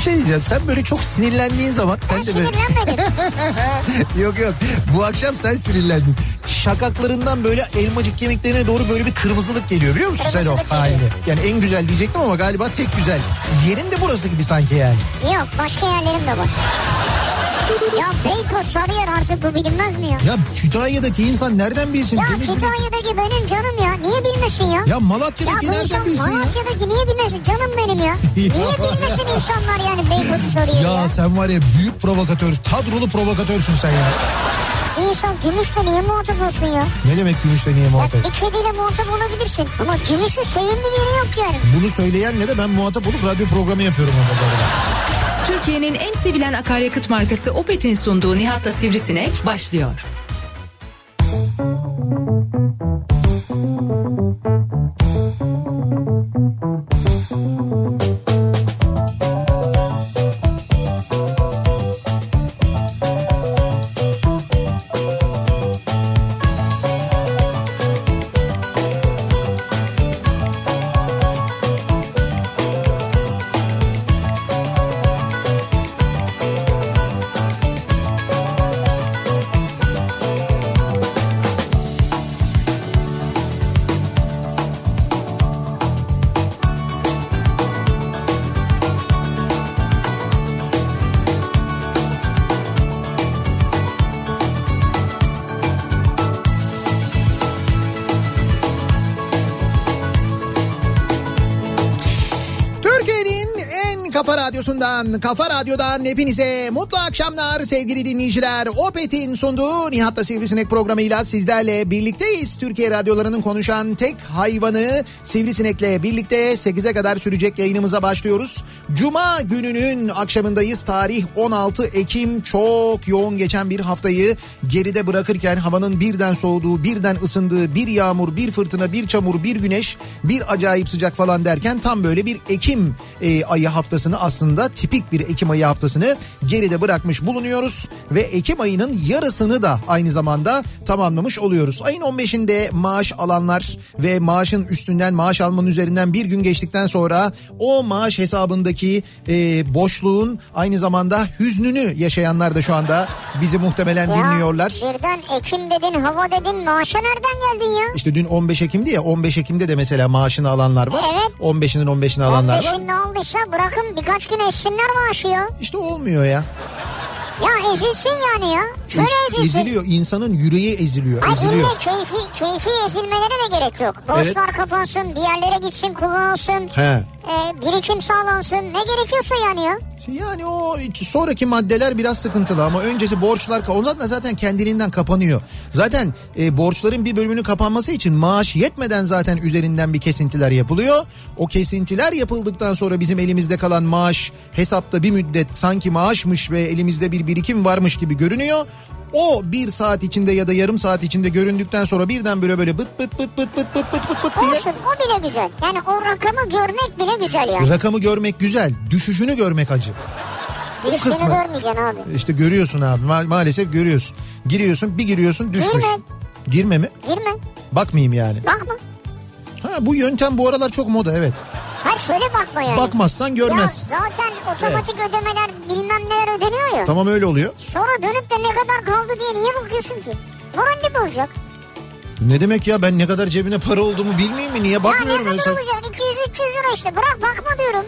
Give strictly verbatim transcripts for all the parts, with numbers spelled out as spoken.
şey diyeceğim, sen böyle çok sinirlendiğin zaman sen ben de böyle... sinirlenmedim. Yok yok, bu akşam sen sinirlendin. Şakaklarından böyle elmacık kemiklerine doğru böyle bir kırmızılık geliyor, biliyor musun sen o halini? Yani en güzel diyecektim ama galiba tek güzel. Yerin de burası gibi sanki yani. Yok, başka yerlerim de var. Ya Beykoz, Sarıyer, artık bu bilinmez mi ya? Ya Kütahya'daki insan nereden bilsin? Ya Denizli... Kütahya'daki benim canım ya. Niye bilmesin ya? Ya Malatya'daki ya nereden bilsin ya? Malatya'daki niye bilmesin? Canım benim ya. Niye bilmesin insanlar yani Beykoz'u soruyor ya? Ya sen var ya büyük provokatör, kadrolu provokatörsün sen ya. İnsan gümüşle niye muhatap olsun ya? Ne demek gümüşle niye muhatap? Ya bir kediyle muhatap olabilirsin. Ama gümüşün sevimli bir yeri yok yani. Bunu söyleyen ne de ben muhatap olup radyo programı yapıyorum orada. Türkiye'nin en sevilen akaryakıt markası Opet'in sunduğu Nihat'la Sivrisinek başlıyor. Kafa Radyosu'ndan, Kafa Radyo'dan hepinize mutlu akşamlar sevgili dinleyiciler. Opet'in sunduğu Nihat'la Sivrisinek programıyla sizlerle birlikteyiz. Türkiye radyolarının konuşan tek hayvanı Sivrisinek'le birlikte sekize kadar sürecek yayınımıza başlıyoruz. Cuma gününün akşamındayız. Tarih on altı Ekim, çok yoğun geçen bir haftayı geride bırakırken havanın birden soğuduğu, birden ısındığı, bir yağmur, bir fırtına, bir çamur, bir güneş, bir acayip sıcak falan derken tam böyle bir Ekim e, ayı haftasını, aslında tipik bir Ekim ayı haftasını geride bırakmış bulunuyoruz ve Ekim ayının yarısını da aynı zamanda tamamlamış oluyoruz. Ayın on beşinde maaş alanlar ve maaşın üstünden, maaş almanın üzerinden bir gün geçtikten sonra o maaş hesabındaki e, boşluğun aynı zamanda hüznünü yaşayanlar da şu anda bizi muhtemelen ya, dinliyorlar. Birden Ekim dedin, hava dedin, maaşa nereden geldin ya? İşte dün on beş Ekim'di ya, on beş Ekim'de de mesela maaşını alanlar var. Evet. on beşinin on beşini alanlar var. on beşinde aldıysa bırakın birkaç gün essinler maaşı ya. İşte olmuyor ya. Ya ezilsin yani ya. Şöyle ezilsin. Eziliyor. İnsanın yüreği eziliyor. Hayır, eziliyor. ille keyfi, keyfi ezilmelere de gerek yok. Borçlar evet. kapansın, bir yerlere gitsin, kullanılsın. He. E, birikim sağlansın. Ne gerekiyorsa yani ya. Yani o sonraki maddeler biraz sıkıntılı ama öncesi borçlar, o zaten zaten kendiliğinden kapanıyor. Zaten e, borçların bir bölümünün kapanması için maaş yetmeden zaten üzerinden bir kesintiler yapılıyor. O kesintiler yapıldıktan sonra bizim elimizde kalan maaş hesapta bir müddet sanki maaşmış ve elimizde bir birikim varmış gibi görünüyor. O bir saat içinde ya da yarım saat içinde göründükten sonra birden böyle böyle bıt bıt bıt bıt bıt bıt bıt bıt bıt diye. Olsun, o bile güzel. Yani o rakamı görmek bile güzel yani. Rakamı görmek güzel. Düşüşünü görmek acı. Düşüşünü o kısmı görmeyeceksin abi. İşte görüyorsun abi, Ma- maalesef görüyorsun. Giriyorsun, bir giriyorsun düşmüş. Girme. Girme mi? Girme. Bakmayayım yani. Bakma. Ha, bu yöntem bu aralar çok moda, evet. Hayır, şöyle bakma yani. Bakmazsan görmez. Ya zaten otomatik evet. ödemeler bilmem neler ödeniyor ya. Tamam, öyle oluyor. Sonra dönüp de ne kadar kaldı diye niye bakıyorsun ki? Moralli mi olacak? Ne demek ya, ben ne kadar cebine para olduğumu bilmeyeyim mi? Niye bakmıyorum? Ya ne kadar olacak? iki yüz üç yüz lira işte, bırak bakma diyorum.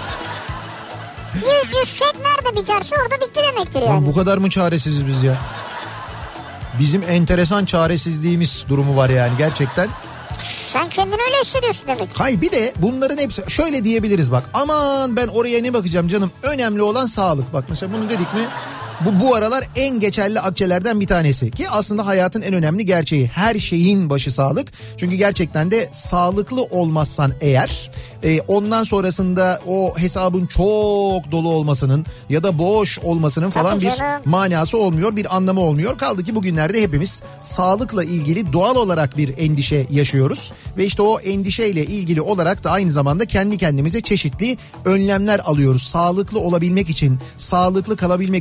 yüz yüz çek, nerede biterse orada bitti demektir yani. Lan bu kadar mı çaresiziz biz ya? Bizim enteresan çaresizliğimiz durumu var yani gerçekten. Sen kendini öyle hissediyorsun demek. Hayır, bir de bunların hepsi şöyle diyebiliriz bak. Aman ben oraya ne bakacağım canım? Önemli olan sağlık. Bak mesela bunu dedik mi? Bu bu aralar en geçerli akçelerden bir tanesi ki aslında hayatın en önemli gerçeği. Her şeyin başı sağlık. Çünkü gerçekten de sağlıklı olmazsan eğer e, ondan sonrasında o hesabın çok dolu olmasının ya da boş olmasının falan bir manası olmuyor, bir anlamı olmuyor. Kaldı ki bugünlerde hepimiz sağlıkla ilgili doğal olarak bir endişe yaşıyoruz ve işte o endişeyle ilgili olarak da aynı zamanda kendi kendimize çeşitli önlemler alıyoruz. Sağlıklı olabilmek için, sağlıklı kalabilmek için çeşitli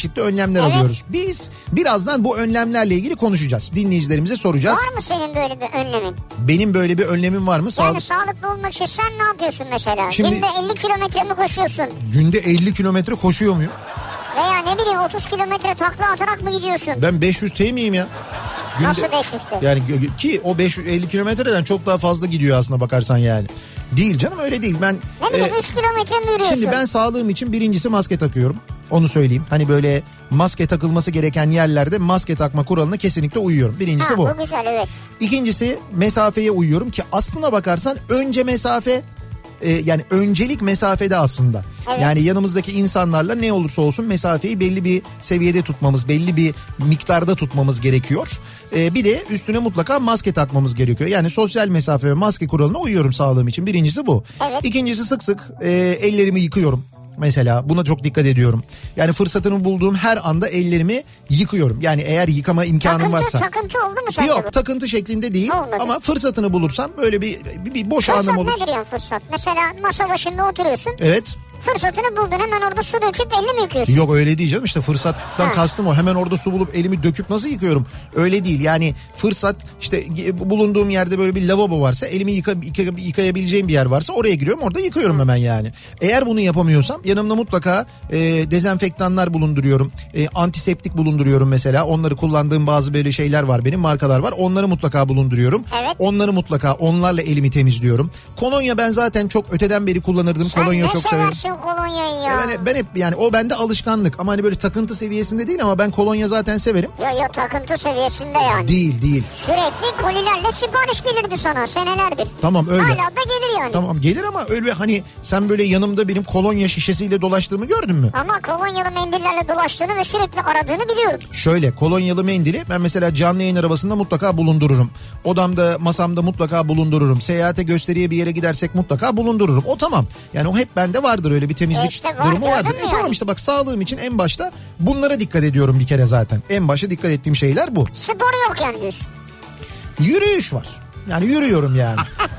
çeşitli önlemler Evet. alıyoruz. Biz birazdan bu önlemlerle ilgili konuşacağız. Dinleyicilerimize soracağız. Var mı senin böyle bir önlemin? Benim böyle bir önlemim var mı? Yani Sağlık... sağlıklı olmak için sen ne yapıyorsun mesela? Şimdi- Günde elli kilometre mi koşuyorsun? Günde elli kilometre koşuyor muyum? Veya ne bileyim otuz kilometre takla atarak mı gidiyorsun? Ben beş yüz T miyim ya? Günde... Nasıl beş yüz T? Yani ki o beş yüz elli kilometreden çok daha fazla gidiyor aslında bakarsan yani. Değil canım, öyle değil. Ben Ne bileyim e, üç kilometre mi yürüyorsun? Şimdi ben sağlığım için birincisi maske takıyorum. Onu söyleyeyim. Hani böyle maske takılması gereken yerlerde maske takma kuralına kesinlikle uyuyorum. Birincisi ha, bu. Bu güzel, evet. İkincisi mesafeye uyuyorum ki aslına bakarsan önce mesafe e, yani öncelik mesafede aslında. Evet. Yani yanımızdaki insanlarla ne olursa olsun mesafeyi belli bir seviyede tutmamız, belli bir miktarda tutmamız gerekiyor. E, bir de üstüne mutlaka maske takmamız gerekiyor. Yani sosyal mesafe ve maske kuralına uyuyorum sağlığım için. Birincisi bu. Evet. İkincisi sık sık e, ellerimi yıkıyorum. Mesela buna çok dikkat ediyorum. Yani fırsatını bulduğum her anda ellerimi yıkıyorum. Yani eğer yıkama imkanım Takıntı, varsa. takıntı oldu mu sende Yok bu? takıntı şeklinde değil. Olmadı. Ama fırsatını bulursam böyle bir bir, bir boş Fırsat anım olur. nedir yani fırsat? Mesela masa başında oturuyorsun. Evet. Fırsatını buldun, hemen orada su döküp elini mi yıkıyorsun? Yok öyle değil canım, işte fırsattan Ha. kastım o. Hemen orada su bulup elimi döküp nasıl yıkıyorum? Öyle değil yani, fırsat işte bulunduğum yerde böyle bir lavabo varsa, elimi yıka, yıka, yıkayabileceğim bir yer varsa oraya giriyorum, orada yıkıyorum hemen yani. Eğer bunu yapamıyorsam yanımda mutlaka e, dezenfektanlar bulunduruyorum. E, antiseptik bulunduruyorum mesela. Onları kullandığım bazı böyle şeyler var, benim markalar var. Onları mutlaka bulunduruyorum. Evet. Onları mutlaka onlarla elimi temizliyorum. Kolonya ben zaten çok öteden beri kullanırdım. Sen Kolonya ne çok severim. seversin kolonyayı ya? Ben, ben hep yani o bende alışkanlık ama hani böyle takıntı seviyesinde değil, ama ben kolonya zaten severim. Ya ya takıntı seviyesinde yani. Değil değil. Sürekli kolilerle sipariş gelirdi sana senelerdir. Tamam öyle. Hala da gelir yani. Tamam gelir ama öyle hani sen böyle yanımda benim kolonya şişesiyle dolaştığımı gördün mü? Ama kolonyalı mendillerle dolaştığını ve sürekli aradığını biliyorum. Şöyle, kolonyalı mendili ben mesela canlı yayın arabasında mutlaka bulundururum. Odamda, masamda mutlaka bulundururum. Seyahate, gösteriye bir yere gidersek mutlaka bulundururum. O tamam. Yani o hep bende vardır, öyle bir temizlik E işte var, durumu vardır. gördün mü E tamam yani? işte bak, sağlığım için en başta bunlara dikkat ediyorum bir kere zaten. En başta dikkat ettiğim şeyler bu. Spor yok yani diyorsun. Yürüyüş var. Yani yürüyorum yani.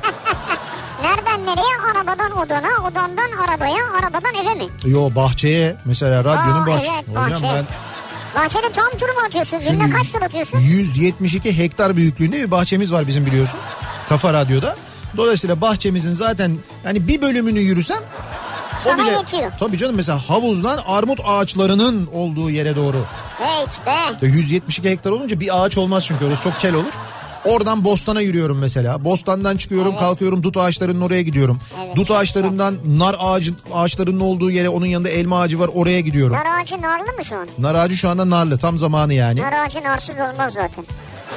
Nereden nereye? Arabadan odana, odandan arabaya, arabadan eve mi? Yo, bahçeye mesela, radyonun Aa, bahçe. evet, Hocam bahçe. ben Bahçede tam tur mu atıyorsun? Günde Şimdi kaç tur atıyorsun? yüz yetmiş iki hektar büyüklüğünde bir bahçemiz var bizim, biliyorsun. Kafa Radyo'da. Dolayısıyla bahçemizin zaten yani bir bölümünü yürüsem Sana o bile, yetiyor. tabii canım, mesela havuzdan armut ağaçlarının olduğu yere doğru. Evet be. yüz yetmiş iki hektar olunca bir ağaç olmaz çünkü orası çok kel olur. Oradan Bostan'a yürüyorum mesela. Bostan'dan çıkıyorum, Evet. kalkıyorum, dut ağaçlarının oraya gidiyorum. Evet, Dut çok ağaçlarından nar ağacı, ağaçlarının olduğu yere, onun yanında elma ağacı var, oraya gidiyorum. Nar ağacı narlı mı şu an? Nar ağacı şu anda narlı, tam zamanı yani. Nar ağacı narsız olmaz zaten.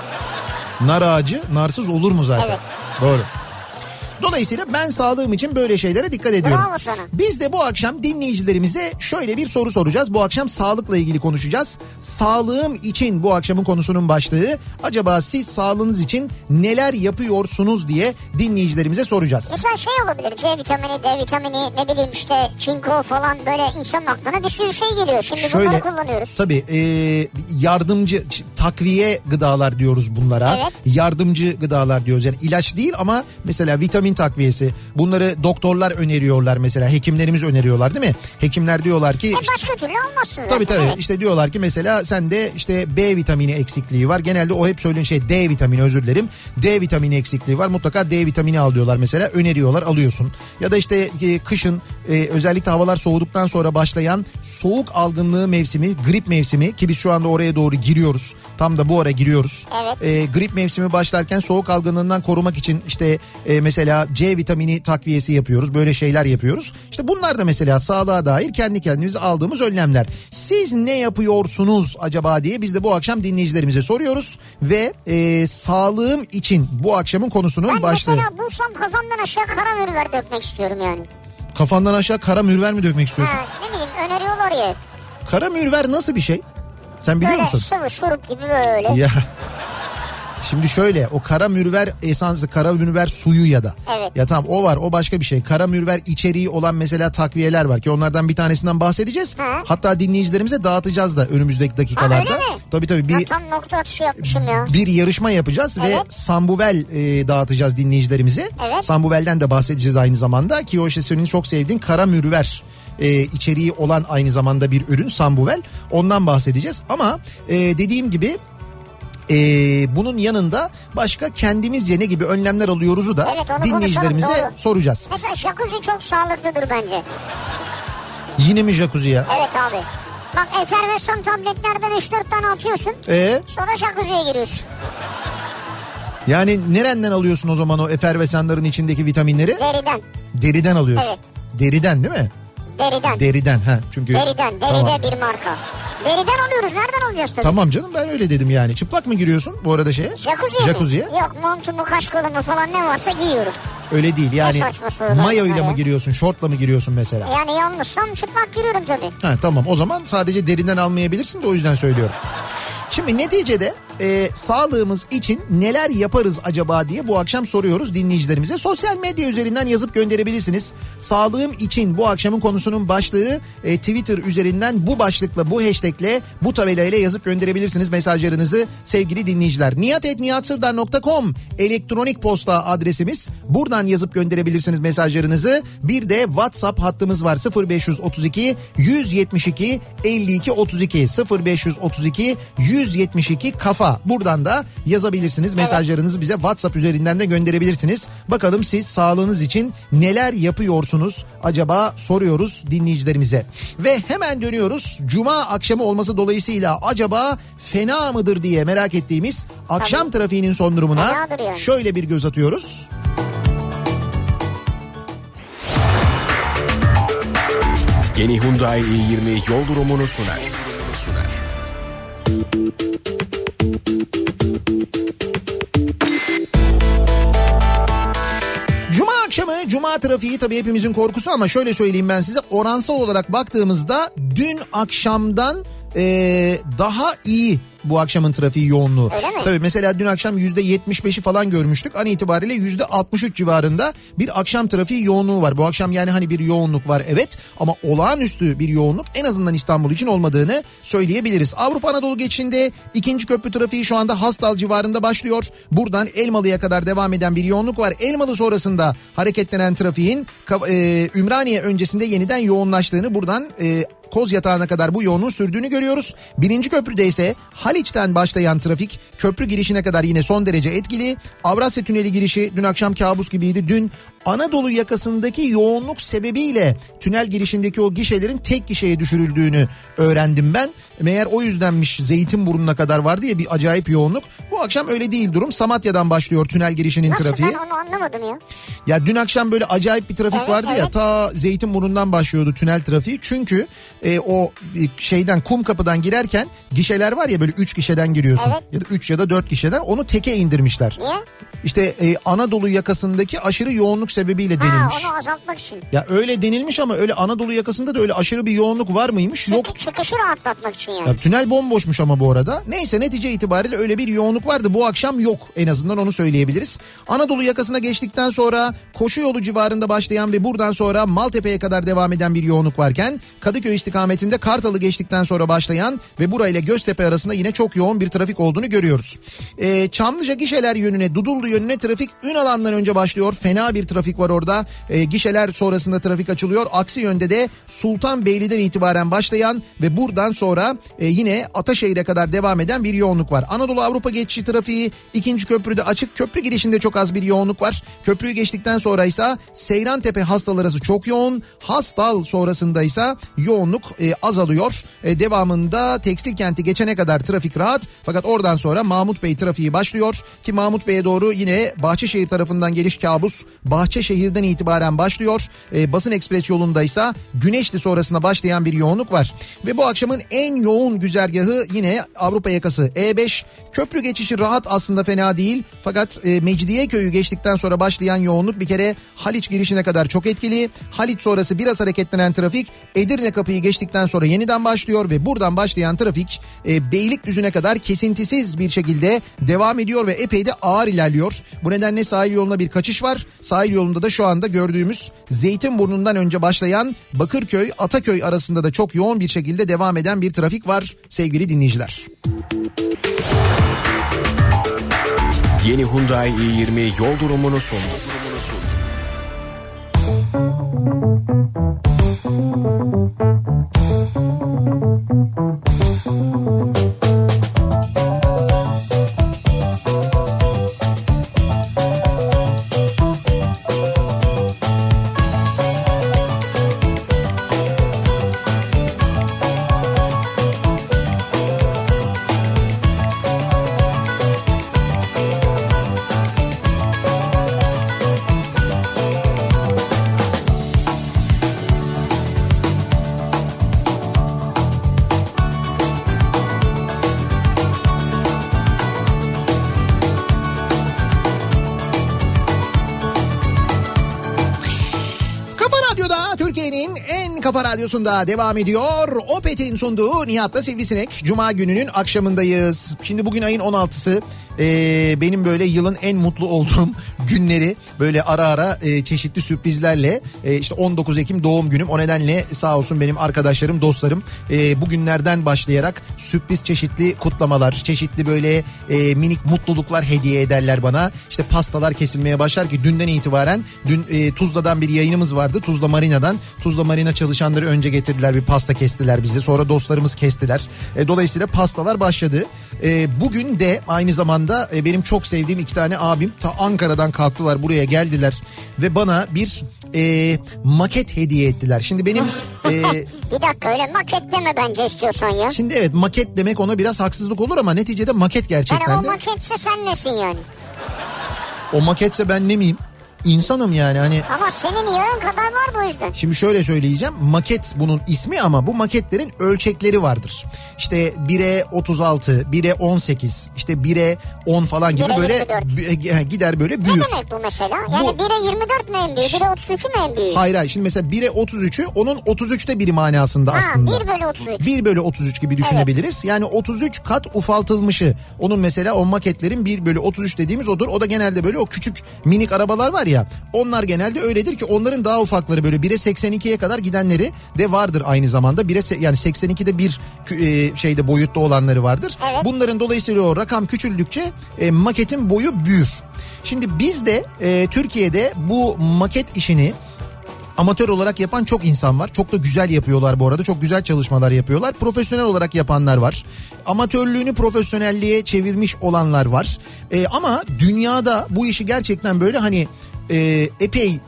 Nar ağacı narsız olur mu zaten? Evet. Doğru. Dolayısıyla ben sağlığım için böyle şeylere dikkat ediyorum. Bravo sana. Biz de bu akşam dinleyicilerimize şöyle bir soru soracağız. Bu akşam sağlıkla ilgili konuşacağız. Sağlığım için bu akşamın konusunun başlığı. Acaba siz sağlığınız için neler yapıyorsunuz diye dinleyicilerimize soracağız. Mesela şey olabilir, C vitamini, D vitamini, ne bileyim işte çinko falan, böyle insanın aklına bir sürü şey geliyor. Şimdi Şöyle, bunları kullanıyoruz. Tabii e, yardımcı takviye gıdalar diyoruz bunlara. Evet. Yardımcı gıdalar diyoruz. Yani ilaç değil ama mesela vitamin takviyesi. Bunları doktorlar öneriyorlar mesela. Hekimlerimiz öneriyorlar değil mi? Hekimler diyorlar ki... E işte, başka türlü olmazsın zaten. tabii tabii. Evet. İşte diyorlar ki mesela sende işte B vitamini eksikliği var. Genelde o hep söylenen şey D vitamini, özür dilerim. D vitamini eksikliği var. Mutlaka D vitamini al diyorlar mesela. Öneriyorlar, alıyorsun. Ya da işte e, kışın e, özellikle havalar soğuduktan sonra başlayan soğuk algınlığı mevsimi, grip mevsimi, ki biz şu anda oraya doğru giriyoruz. Tam da bu ara giriyoruz. Evet. E, grip mevsimi başlarken soğuk algınlığından korumak için işte e, mesela C vitamini takviyesi yapıyoruz. Böyle şeyler yapıyoruz. İşte bunlar da mesela sağlığa dair kendi kendimize aldığımız önlemler. Siz ne yapıyorsunuz acaba diye biz de bu akşam dinleyicilerimize soruyoruz. Ve e, sağlığım için bu akşamın konusunun Ben başlığı. mesela bulsam kafamdan aşağı kara mürver dökmek istiyorum yani. Kafandan aşağı kara mürver mi dökmek istiyorsun? Ha, ne bileyim, öneriyorlar ya. Kara mürver nasıl bir şey? Sen biliyor Böyle musun? sıvı şurup gibi böyle. Ya şimdi şöyle, o kara mürver esansı, kara mürver suyu ya da. Evet. Ya tamam, o var, o başka bir şey. Kara mürver içeriği olan mesela takviyeler var ki onlardan bir tanesinden bahsedeceğiz. Hı. Hatta dinleyicilerimize dağıtacağız da önümüzdeki dakikalarda. Ha, öyle mi? Tabii tabii Ya bir tam nokta atışı yapmışım ya. bir yarışma yapacağız Evet. ve Sambuvel e, dağıtacağız dinleyicilerimize. Evet. Sambuvel'den de bahsedeceğiz aynı zamanda ki o işte senin çok sevdiğin kara mürver e, içeriği olan aynı zamanda bir ürün Sambuvel. Ondan bahsedeceğiz ama e, dediğim gibi Ee, bunun yanında başka kendimizce ne gibi önlemler alıyoruzu da evet, dinleyicilerimize soracağız. Mesela jacuzzi çok sağlıklıdır bence. Yine mi jacuzzi ya? Evet abi. Bak efervesan tabletlerden üç dört tane atıyorsun. Ee? Sonra jacuzziye giriyorsun. Yani nereden alıyorsun o zaman o efervesanların içindeki vitaminleri? Deriden. Deriden alıyorsun. Evet. Deriden değil mi? Deriden. Deriden ha çünkü. Deriden. Deride tamam. bir marka. Deriden alıyoruz. Nereden alacağız tabii? Tamam canım ben öyle dedim yani. Çıplak mı giriyorsun bu arada şeye? Jacuzziye, Jacuzziye. mi? Yok montumu, kaşkolumu falan ne varsa giyiyorum. Öyle değil yani mayo ile mi giriyorsun, şortla mı giriyorsun mesela? Yani yalnızsam çıplak giriyorum tabii. Ha, tamam o zaman sadece derinden almayabilirsin de o yüzden söylüyorum. Şimdi neticede e, sağlığımız için neler yaparız acaba diye bu akşam soruyoruz dinleyicilerimize. Sosyal medya üzerinden yazıp gönderebilirsiniz. Sağlığım için bu akşamın konusunun başlığı e, Twitter üzerinden bu başlıkla, bu hashtagle, bu tabelayla yazıp gönderebilirsiniz mesajlarınızı sevgili dinleyiciler. nihat et nihat sırdar nokta com elektronik posta adresimiz. Buradan yazıp gönderebilirsiniz mesajlarınızı. Bir de WhatsApp hattımız var sıfır beş otuz iki yüz yetmiş iki elli iki otuz iki sıfır beş otuz iki yüz yetmiş iki kafa. Buradan da yazabilirsiniz. Mesajlarınızı bize WhatsApp üzerinden de gönderebilirsiniz. Bakalım siz sağlığınız için neler yapıyorsunuz acaba soruyoruz dinleyicilerimize. Ve hemen dönüyoruz. Cuma akşamı olması dolayısıyla acaba fena mıdır diye merak ettiğimiz akşam Tabii. trafiğinin son durumuna yani. Şöyle bir göz atıyoruz. Yeni Hyundai i yirmi yol durumunu sunar. sunar. Cuma akşamı, cuma trafiği tabii hepimizin korkusu ama şöyle söyleyeyim ben size, oransal olarak baktığımızda dün akşamdan ee, daha iyi bu akşamın trafiği yoğunluğu. Öyle mi? Tabii mesela dün akşam yüzde yetmiş beşi falan görmüştük. An itibariyle yüzde altmış üç civarında bir akşam trafiği yoğunluğu var. Bu akşam yani hani bir yoğunluk var evet ama olağanüstü bir yoğunluk en azından İstanbul için olmadığını söyleyebiliriz. Avrupa Anadolu geçişinde ikinci köprü trafiği şu anda Hastal civarında başlıyor. Buradan Elmalı'ya kadar devam eden bir yoğunluk var. Elmalı sonrasında hareketlenen trafiğin e, Ümraniye öncesinde yeniden yoğunlaştığını, buradan e, Kozyatağı'na kadar bu yoğunluğun sürdüğünü görüyoruz. Birinci köprüde ise Haliç'ten başlayan trafik köprü girişine kadar yine son derece etkili. Avrasya Tüneli girişi dün akşam kabus gibiydi. Dün Anadolu yakasındaki yoğunluk sebebiyle tünel girişindeki o gişelerin tek gişeye düşürüldüğünü öğrendim ben. Meğer o yüzdenmiş, Zeytinburnu'na kadar vardı ya bir acayip yoğunluk. Bu akşam öyle değil durum. Samatya'dan başlıyor tünel girişinin Nasıl? trafiği. Ben onu anlamadım ya. Ya dün akşam böyle acayip bir trafik evet, vardı evet. ya, ta Zeytinburnu'ndan başlıyordu tünel trafiği. Çünkü e, o şeyden, Kumkapı'dan girerken gişeler var ya, böyle üç gişeden giriyorsun. Evet. Ya da üç ya da dört gişeden, onu teke indirmişler. Niye? İşte e, Anadolu yakasındaki aşırı yoğunluk sebebiyle denilmiş. Ha, onu azaltmak için. Ya öyle denilmiş ama öyle Anadolu yakasında da öyle aşırı bir yoğunluk var mıymış? Çık, Yok. Çıkışı rahatlatmak için yani. Ya, tünel bomboşmuş ama bu arada. Neyse, netice itibariyle öyle bir yoğunluk vardı. Bu akşam yok, en azından onu söyleyebiliriz. Anadolu yakasına geçtikten sonra koşu yolu civarında başlayan ve buradan sonra Maltepe'ye kadar devam eden bir yoğunluk varken Kadıköy istikametinde Kartal'ı geçtikten sonra başlayan ve burayla Göztepe arasında yine çok yoğun bir trafik olduğunu görüyoruz. Ee, Çamlıca gişeler yönüne, Dudullu yönüne trafik Ünalan'dan önce başlıyor. Fena bir trafik var orada. Ee, gişeler sonrasında trafik açılıyor. Aksi yönde de Sultanbeyli'den itibaren başlayan ve buradan sonra e, yine Ataşehir'e kadar devam eden bir yoğunluk var. Anadolu Avrupa geçişi trafiği ikinci köprüde açık. Köprü girişinde çok az bir yoğunluk var. Köprüyü geçtikten sonra ise Seyrantepe Hastal arası çok yoğun. Hastal sonrasında ise yoğunluk e, azalıyor. E, devamında Tekstil Kenti geçene kadar trafik rahat. Fakat oradan sonra Mahmut Bey trafiği başlıyor. Ki Mahmut Bey'e doğru yine Bahçeşehir tarafından geliş kabus. Bahçeşehir'den itibaren başlıyor. E, Basın Ekspres yolunda ise Güneşli sonrasında başlayan bir yoğunluk var. Ve bu akşamın en yoğun güzergahı yine Avrupa yakası E beş. Köprü geçişi rahat, aslında fena değil. Fakat e, Mecidiyeköy'ü geçtikten sonra başlayan yoğunluk bir kere Haliç girişine kadar çok etkili. Haliç sonrası biraz hareketlenen trafik Edirne kapıyı geçtikten sonra yeniden başlıyor ve buradan başlayan trafik e, Beylikdüzü'ne kadar kesintisiz bir şekilde devam ediyor ve epey de ağır ilerliyor. Bu nedenle sahil yoluna bir kaçış var. Sahil yolunda da şu anda gördüğümüz Zeytinburnu'ndan önce başlayan Bakırköy Ataköy arasında da çok yoğun bir şekilde devam eden bir trafik var sevgili dinleyiciler. Yeni Hyundai i yirmi yol durumunu sundu. Türkiye'nin en kafa radyosunda devam ediyor. Opet'in sunduğu Nihat'la Sivrisinek. Cuma gününün akşamındayız. Şimdi bugün ayın on altısı. Ee, benim böyle yılın en mutlu olduğum günleri böyle ara ara e, çeşitli sürprizlerle e, işte on dokuz Ekim doğum günüm. O nedenle sağ olsun benim arkadaşlarım, dostlarım e, bugünlerden başlayarak sürpriz çeşitli kutlamalar, çeşitli böyle e, minik mutluluklar hediye ederler bana. İşte pastalar kesilmeye başlar ki dünden itibaren dün e, Tuzla'dan bir yayınımız vardı. Tuzla Marina'dan. Tuzla Marina çalışanları önce getirdiler, bir pasta kestiler bize. Sonra dostlarımız kestiler. E, dolayısıyla pastalar başladı. E, bugün de aynı zamanda benim çok sevdiğim iki tane abim ta Ankara'dan kalktılar, buraya geldiler ve bana bir e, maket hediye ettiler. Şimdi benim e, bir dakika, öyle maket deme bence istiyorsan ya. Şimdi evet, maket demek ona biraz haksızlık olur ama neticede maket gerçekten yani de. o maketse sen nesin yani? O maketse ben ne miyim? İnsanım yani hani. Ama senin yarın kadar vardı o yüzden. Şimdi şöyle söyleyeceğim, maket bunun ismi ama bu maketlerin ölçekleri vardır. İşte bire otuz altı, bire on sekiz, işte bire on falan gibi böyle gider böyle büyür. Ne demek bu mesela? Yani bu, bire yirmi dört mü en büyüğü, bire otuz üçü mü en büyüğü? Hayır hayır, şimdi mesela bire otuz üçü onun otuz üçte biri manasında ha, aslında. bir bölü otuz üç. bir bölü otuz üç gibi düşünebiliriz. Evet. Yani otuz üç kat ufaltılmışı. Onun mesela o maketlerin bir bölü otuz üç dediğimiz odur. O da genelde böyle o küçük minik arabalar var ya, onlar genelde öyledir ki onların daha ufakları böyle bire seksen ikiye kadar gidenleri de vardır aynı zamanda. bire yani seksen ikide bir e, şeyde boyutta olanları vardır. Evet. Bunların dolayısıyla o rakam küçüldükçe e, maketin boyu büyür. Şimdi biz de e, Türkiye'de bu maket işini amatör olarak yapan çok insan var. Çok da güzel yapıyorlar bu arada. Çok güzel çalışmalar yapıyorlar. Profesyonel olarak yapanlar var. Amatörlüğünü profesyonelliğe çevirmiş olanlar var. E, ama dünyada bu işi gerçekten böyle hani e, epey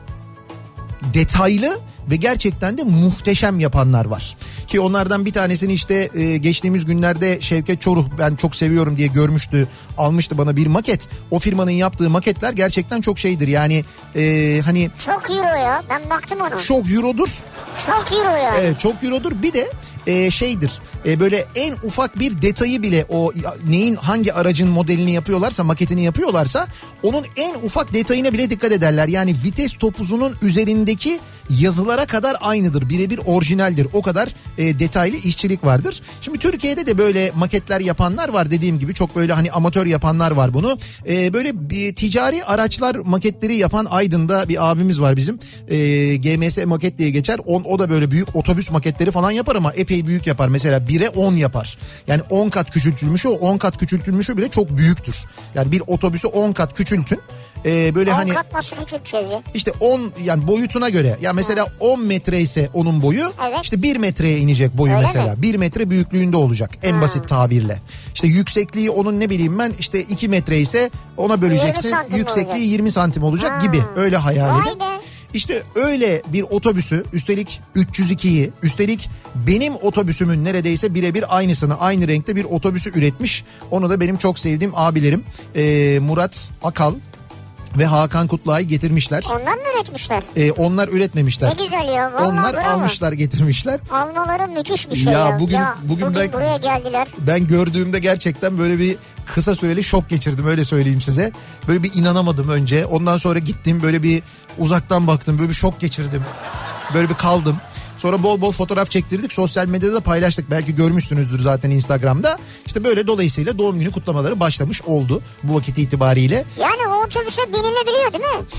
detaylı ve gerçekten de muhteşem yapanlar var. Ki onlardan bir tanesini işte e, geçtiğimiz günlerde Şevket Çoruh, ben çok seviyorum diye görmüştü, almıştı bana bir maket. O firmanın yaptığı maketler gerçekten çok şeydir yani e, hani. Çok euro ya, ben baktım ona. Çok eurodur. Çok euro ya. Evet, çok eurodur. Bir de e, şeydir e, böyle en ufak bir detayı bile, o neyin hangi aracın modelini yapıyorlarsa, maketini yapıyorlarsa onun en ufak detayına bile dikkat ederler. Yani vites topuzunun üzerindeki yazılara kadar aynıdır. Birebir orijinaldir. O kadar e, detaylı işçilik vardır. Şimdi Türkiye'de de böyle maketler yapanlar var. Dediğim gibi çok böyle hani amatör yapanlar var bunu. E, böyle bir ticari araçlar maketleri yapan Aydın'da bir abimiz var bizim. E, G M S maket diye geçer. On, o da böyle büyük otobüs maketleri falan yapar ama epey büyük yapar. Mesela bire on yapar. Yani on kat küçültülmüşü, o on kat küçültülmüşü bile çok büyüktür. Yani bir otobüsü on kat küçültün. Ee, böyle on hani kat nasıl küçülteceğiz ya? İşte on, yani boyutuna göre. Ya mesela on metre ise onun boyu, evet, işte bir metreye inecek boyu. Öyle mesela. Bir metre büyüklüğünde olacak en ha. basit tabirle. İşte yüksekliği onun ne bileyim ben işte iki metre ise ona böleceksin. Yüksekliği olacak. yirmi santim olacak ha. gibi. Öyle hayal edin. İşte öyle bir otobüsü, üstelik üç yüz ikiyi, üstelik benim otobüsümün neredeyse birebir aynısını, aynı renkte bir otobüsü üretmiş. Onu da benim çok sevdiğim abilerim ee, Murat Akal ve Hakan Kutluay'ı getirmişler. Onlar mı üretmişler? Ee, onlar üretmemişler. Ne güzel ya. Vallahi onlar bravo. Almışlar, getirmişler. Almaları müthiş bir şey ya. Ya bugün, ya, bugün, bugün ben, buraya geldiler. Ben gördüğümde gerçekten böyle bir kısa süreli şok geçirdim, öyle söyleyeyim size. Böyle bir inanamadım önce. Ondan sonra gittim böyle bir uzaktan baktım, böyle bir şok geçirdim. Böyle bir kaldım. Sonra bol bol fotoğraf çektirdik. Sosyal medyada da paylaştık. Belki görmüşsünüzdür zaten Instagram'da. İşte böyle dolayısıyla doğum günü kutlamaları başlamış oldu bu vakit itibariyle. Yani o otobüse binilebiliyor değil mi?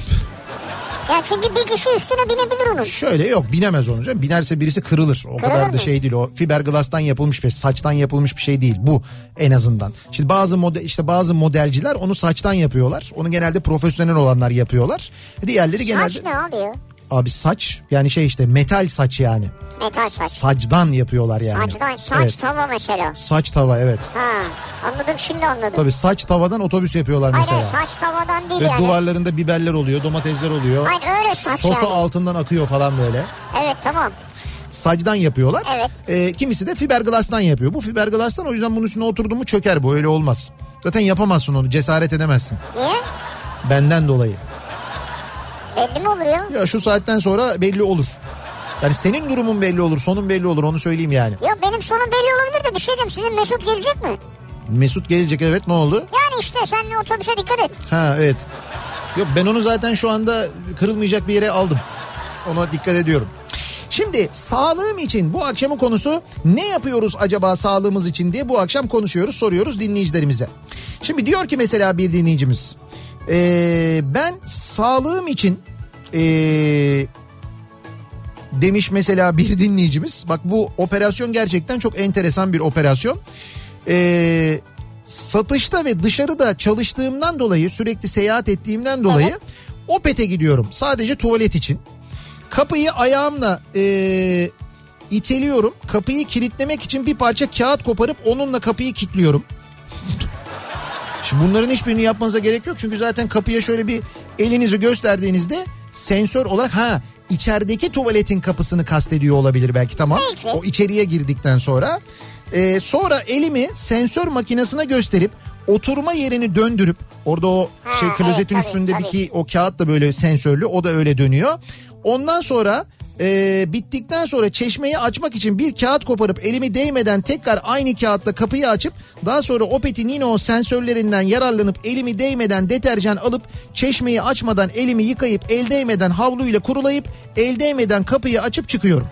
Ya çünkü bir kişi üstüne binebilir onun. Şöyle yok, binemez onu canım. Binerse birisi kırılır. O kırılır kadar mı? Da şey değil o. Fiberglass'tan yapılmış bir, saçtan yapılmış bir şey değil bu en azından. Şimdi bazı model, işte bazı modelciler onu saçtan yapıyorlar. Onu genelde profesyonel olanlar yapıyorlar. Diğerleri genelde. Saç ne abi ya? Abi saç yani şey işte metal saç yani. Metal saç. Saçtan yapıyorlar yani. Saçtan, saç evet. Tava mesela. Saç tava, evet. Ha, anladım, şimdi anladım. Tabii saç tavadan otobüs yapıyorlar mesela. Hayır, saç tavadan değil ve yani. Duvarlarında biberler oluyor, domatesler oluyor. Hayır, öyle saç Sosu yani. altından akıyor falan böyle. Evet, tamam. Saçtan yapıyorlar. Evet. Ee, kimisi de fiberglass'tan yapıyor. Bu fiberglass'tan, o yüzden bunun üstüne oturdu mu çöker bu, öyle olmaz. Zaten yapamazsın onu, cesaret edemezsin. Niye? Benden dolayı. Belli mi olur ya? Ya şu saatten sonra belli olur. Yani senin durumun belli olur, sonun belli olur, onu söyleyeyim yani. Ya benim sonum belli olabilir de bir şey diyeyim, sizin Mesut gelecek mi? Mesut gelecek, evet, ne oldu? Yani işte sen otobüse dikkat et. Ha evet. Yok, ben onu zaten şu anda kırılmayacak bir yere aldım. Ona dikkat ediyorum. Şimdi sağlığım için bu akşamın konusu, ne yapıyoruz acaba sağlığımız için diye bu akşam konuşuyoruz, soruyoruz dinleyicilerimize. Şimdi diyor ki mesela bir dinleyicimiz, ee, ben sağlığım için ee, demiş mesela bir dinleyicimiz. Bak bu operasyon gerçekten çok enteresan bir operasyon. Ee, satışta ve dışarıda çalıştığımdan dolayı, sürekli seyahat ettiğimden dolayı evet. Opet'e gidiyorum sadece tuvalet için. Kapıyı ayağımla ee, iteliyorum. Kapıyı kilitlemek için bir parça kağıt koparıp onunla kapıyı kilitliyorum. Şimdi bunların hiçbirini yapmanıza gerek yok. Çünkü zaten kapıya şöyle bir elinizi gösterdiğinizde sensör olarak ha içerideki tuvaletin kapısını kastediyor olabilir belki, tamam. Peki. O içeriye girdikten sonra ee, sonra elimi sensör makinesine gösterip oturma yerini döndürüp orada o ha, şey klozetin evet, üstünde tabii, bir ki o kağıt da böyle sensörlü, o da öyle dönüyor. Ondan sonra e, bittikten sonra çeşmeyi açmak için bir kağıt koparıp elimi değmeden tekrar aynı kağıtla kapıyı açıp daha sonra Opet'in yine o sensörlerinden yararlanıp elimi değmeden deterjan alıp çeşmeyi açmadan elimi yıkayıp el değmeden havluyla kurulayıp el değmeden kapıyı açıp çıkıyorum.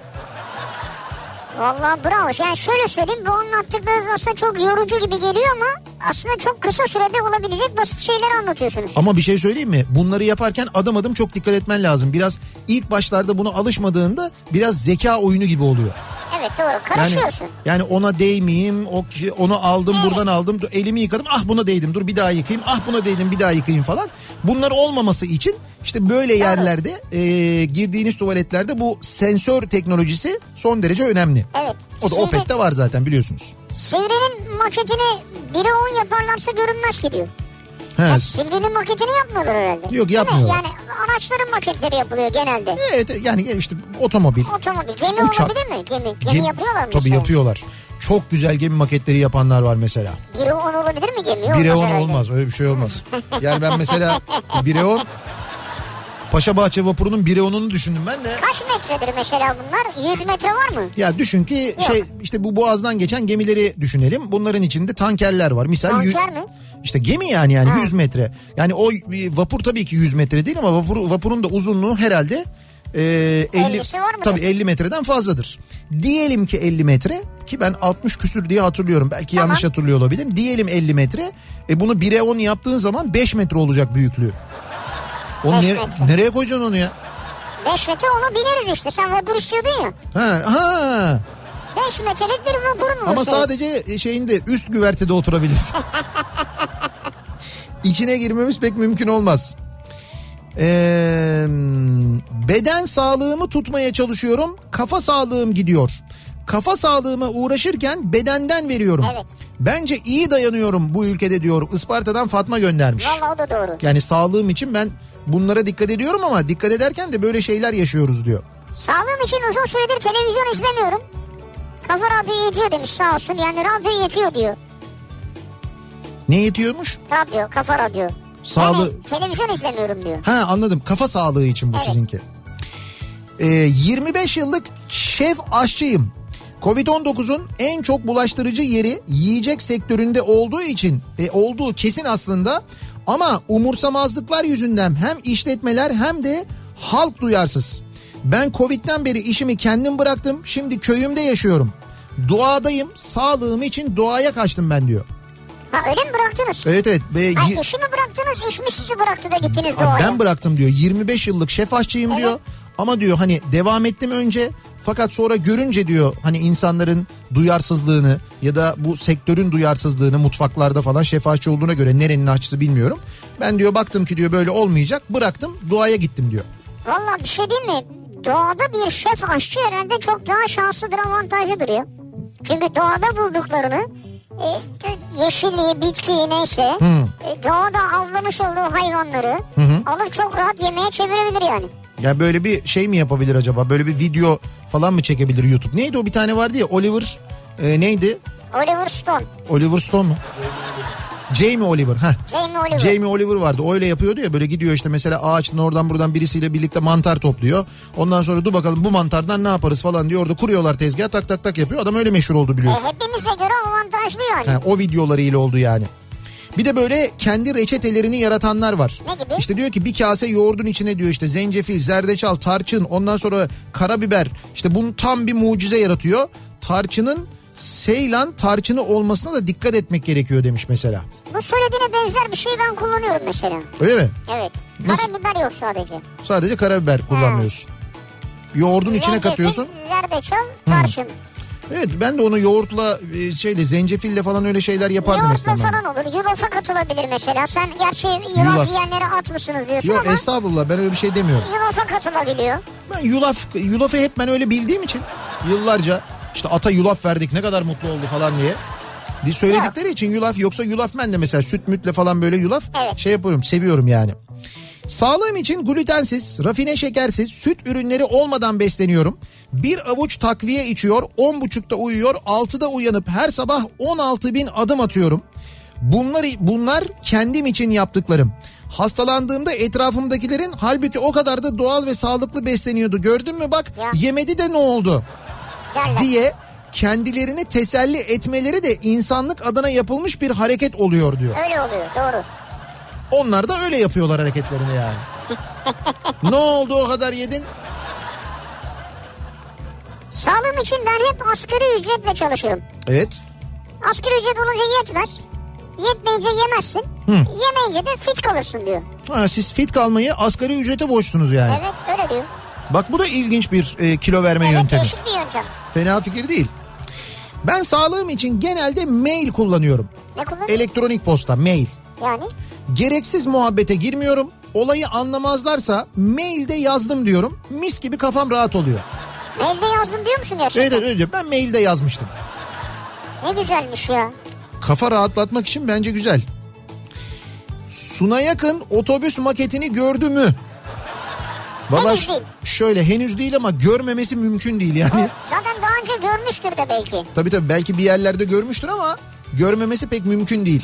Vallahi bravo. Yani şöyle söyleyeyim, bu anlattıklarınız aslında çok yorucu gibi geliyor ama aslında çok kısa sürede olabilecek basit şeyleri anlatıyorsunuz. Ama bir şey söyleyeyim mi? Bunları yaparken adım adım çok dikkat etmen lazım. Biraz ilk başlarda buna alışmadığında biraz zeka oyunu gibi oluyor. Evet doğru, karışıyorsun. Yani, yani ona değmeyeyim, o, onu aldım evet. buradan aldım, elimi yıkadım, ah buna değdim, dur bir daha yıkayayım, ah buna değdim bir daha yıkayayım falan. Bunlar olmaması için işte böyle yerlerde e, girdiğiniz tuvaletlerde bu sensör teknolojisi son derece önemli. Evet. O da Sivri, Opet'te var zaten biliyorsunuz. Sivri'nin maketini bire on yaparlarsa görünmez ki diyor. Ya Sivri'nin maketini yapmıyorlar herhalde. Yok yapmıyorlar. Yani araçların maketleri yapılıyor genelde. Evet yani işte otomobil. Otomobil. Gemi uçak. Olabilir mi? Gemi. Gemi Gem, yapıyorlar mı? Tabii mesela? Yapıyorlar. Çok güzel gemi maketleri yapanlar var mesela. bire on olabilir mi gemi? bire on olmaz, öyle bir şey olmaz. Yani ben mesela bire on Paşabahçe vapurunun bire onunu düşündüm ben de. Kaç metredir mesela bunlar? yüz metre var mı? Ya düşün ki Yok. şey işte bu boğazdan geçen gemileri düşünelim. Bunların içinde tankerler var. Misal Tanker yüz, mi? İşte gemi yani yani ha. yüz metre. Yani o vapur tabii ki yüz metre değil ama vapur, vapurun da uzunluğu herhalde e, elli, tabii elli metreden fazladır. Diyelim ki elli metre, ki ben altmış küsür diye hatırlıyorum. Belki tamam. yanlış hatırlıyor olabilirim. Diyelim elli metre. E bunu bire on yaptığın zaman beş metre olacak büyüklüğü. Onu nere, nereye koyacaksın onu ya? beş metre onu biliriz işte. Sen vapur istiyordun ya. Ha, ha. beş metrelik bir vapurun olursa. Ama sadece şeyinde üst güvertede oturabilirsin. İçine girmemiz pek mümkün olmaz. Ee, beden sağlığımı tutmaya çalışıyorum. Kafa sağlığım gidiyor. Kafa sağlığıma uğraşırken bedenden veriyorum. Evet. Bence iyi dayanıyorum bu ülkede diyor. Isparta'dan Fatma göndermiş. Vallahi o da doğru. Yani sağlığım için ben bunlara dikkat ediyorum ama dikkat ederken de böyle şeyler yaşıyoruz diyor. Sağlığım için uzun süredir televizyon izlemiyorum. Kafa radyo yetiyor demiş sağ olsun. Yani radyo yetiyor diyor. Ne yetiyormuş? Radyo, kafa radyo. Sağlığı... Yani televizyon izlemiyorum diyor. Ha anladım, kafa sağlığı için bu evet. sizinki. Ee, yirmi beş yıllık şef aşçıyım. kovid on dokuzun en çok bulaştırıcı yeri yiyecek sektöründe olduğu için e, olduğu kesin aslında. Ama umursamazlıklar yüzünden hem işletmeler hem de halk duyarsız. Ben Covid'den beri işimi kendim bıraktım. Şimdi köyümde yaşıyorum. Duadayım. Sağlığım için duaya kaçtım ben diyor. Ha öyle mi bıraktınız? Evet evet. Be, ha, işi mi bıraktınız, iş mi sizi bıraktı da gittiniz duaya? Ben bıraktım diyor. yirmi beş yıllık şef aşçıyım evet. diyor. Ama diyor hani devam ettim önce. Fakat sonra görünce diyor hani insanların duyarsızlığını ya da bu sektörün duyarsızlığını mutfaklarda falan, şef aşçı olduğuna göre nerenin aşçısı bilmiyorum. Ben diyor baktım ki diyor böyle olmayacak, bıraktım duaya gittim diyor. Vallahi bir şey değil mi? Doğada bir şef aşçı herhalde çok daha şanslıdır, avantajlıdır ya. Çünkü doğada bulduklarını e, yeşilliği, bitkiyi neyse hmm. e, doğada avlamış olduğu hayvanları hı hı. alıp çok rahat yemeğe çevirebilir yani. Ya böyle bir şey mi yapabilir acaba? Böyle bir video falan mı çekebilir YouTube? Neydi o bir tane vardı ya, Oliver e, neydi? Oliver Stone. Oliver Stone mu? Jamie Oliver. Heh. Jamie Oliver. Jamie Oliver vardı. O öyle yapıyordu ya, böyle gidiyor işte mesela ağaçın oradan buradan birisiyle birlikte mantar topluyor. Ondan sonra dur bakalım bu mantardan ne yaparız falan diyor. Orada kuruyorlar tezgah, tak tak tak yapıyor. Adam öyle meşhur oldu biliyorsun. E, hepimize göre avantajlı yani. Ha, o videolarıyla oldu yani. Bir de böyle kendi reçetelerini yaratanlar var. Ne gibi? İşte diyor ki bir kase yoğurdun içine diyor işte zencefil, zerdeçal, tarçın, ondan sonra karabiber. İşte bunu tam bir mucize yaratıyor. Tarçının Seylan tarçını olmasına da dikkat etmek gerekiyor demiş mesela. Bu söylediğine benzer bir şeyi ben kullanıyorum mesela. Öyle mi? Evet. Nasıl? Karabiber yok sadece. Sadece karabiber kullanmıyorsun. Yoğurdun içine Zencefil, katıyorsun. zerdeçal, tarçın. Evet, ben de onu yoğurtla e, şeyle zencefille falan öyle şeyler yapardım Yoğurtla eskiden. falan olur. Yulafa katılabilir mesela. Sen gerçi yulaf, Yulaf. yiyenlere at mısınız diyorsun Yok ama estağfurullah, ben öyle bir şey demiyorum. yulafa katılabiliyor. Ben yulaf, yulafı hep ben öyle bildiğim için yıllarca işte ata yulaf verdik ne kadar mutlu oldu falan diye. diye söyledikleri Yok. için yulaf, yoksa yulaf ben de mesela süt mütle falan böyle yulaf evet. şey yapıyorum, seviyorum yani. Sağlığım için glutensiz, rafine şekersiz, süt ürünleri olmadan besleniyorum. Bir avuç takviye içiyor, on buçukta uyuyor, altıda uyanıp her sabah on altı bin adım atıyorum. Bunlar, bunlar kendim için yaptıklarım. Hastalandığımda etrafımdakilerin halbuki o kadar da doğal ve sağlıklı besleniyordu. Gördün mü bak ya. Yemedi de ne oldu Derler. diye kendilerini teselli etmeleri de insanlık adına yapılmış bir hareket oluyor diyor. Öyle oluyor, doğru. Onlar da öyle yapıyorlar hareketlerini yani. Ne oldu o kadar yedin? Sağlığım için ben hep asgari ücretle çalışırım. Evet. Asgari ücret olunca yetmez. Yetmeyince yemezsin. Hı. Yemeyince de fit kalırsın diyor. Ha, siz fit kalmayı asgari ücrete borçsunuz yani. Evet, öyle diyor. Bak bu da ilginç bir e, kilo verme evet, yöntemi. değişik bir yöntem. Fena fikir değil. Ben sağlığım için genelde mail kullanıyorum. Ne kullanıyorsun? Elektronik posta, mail. Yani? Gereksiz muhabbete girmiyorum. Olayı anlamazlarsa mailde yazdım diyorum. Mis gibi kafam rahat oluyor. Mailde yazdım diyor musun gerçekten? Evet evet, ben mailde yazmıştım. Ne güzelmiş ya. Kafa rahatlatmak için bence güzel. Suna yakın otobüs maketini gördü mü? Valla henüz değil. Şöyle henüz değil ama görmemesi mümkün değil yani. O, zaten daha önce görmüştür de belki. Tabii tabii, belki bir yerlerde görmüştür ama görmemesi pek mümkün değil.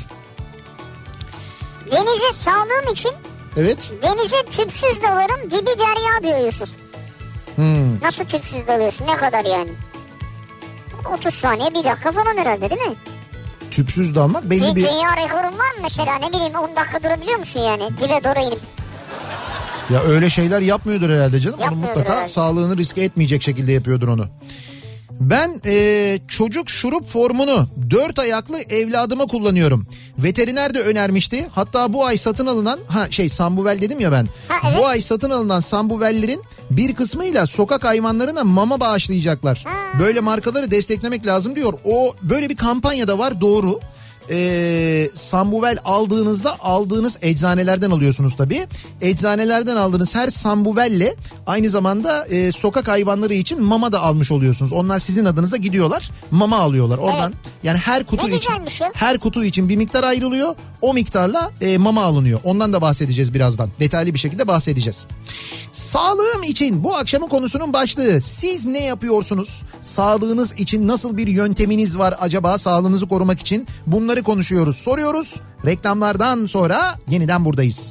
Denize sağlığım için evet. Denize tüpsüz dalarım, dibi derya diyor Yusuf. Hmm. Nasıl tüpsüz dalıyorsun, ne kadar yani? otuz saniye, bir dakika falan herhalde değil mi? Tüpsüz dalmak belli bir... bir... Dünya rekorun var mı mesela, ne bileyim on dakika durabiliyor musun yani dibe doğru inip? Ya öyle şeyler yapmıyordur herhalde canım. Onu mutlaka herhalde. Sağlığını riske etmeyecek şekilde yapıyordur onu. Ben e, çocuk şurup formunu dört ayaklı evladıma kullanıyorum. Veteriner de önermişti. Hatta bu ay satın alınan ha şey Sambuvel dedim ya ben. Ha, evet. Bu ay satın alınan Sambuvellerin bir kısmıyla sokak hayvanlarına mama bağışlayacaklar. Ha. Böyle markaları desteklemek lazım diyor. O böyle bir kampanya da var, doğru. Ee, Sambuvel aldığınızda aldığınız eczanelerden alıyorsunuz tabii. Eczanelerden aldığınız her Sambuvelle aynı zamanda e, sokak hayvanları için mama da almış oluyorsunuz. Onlar sizin adınıza gidiyorlar, mama alıyorlar oradan. Evet. Yani her kutu ne için ya? her kutu için bir miktar ayrılıyor. O miktarla e, mama alınıyor. Ondan da bahsedeceğiz birazdan. Detaylı bir şekilde bahsedeceğiz. Sağlığım için bu akşamın konusunun başlığı. Siz ne yapıyorsunuz? Sağlığınız için nasıl bir yönteminiz var acaba sağlığınızı korumak için? Bunları konuşuyoruz, soruyoruz. Reklamlardan sonra yeniden buradayız.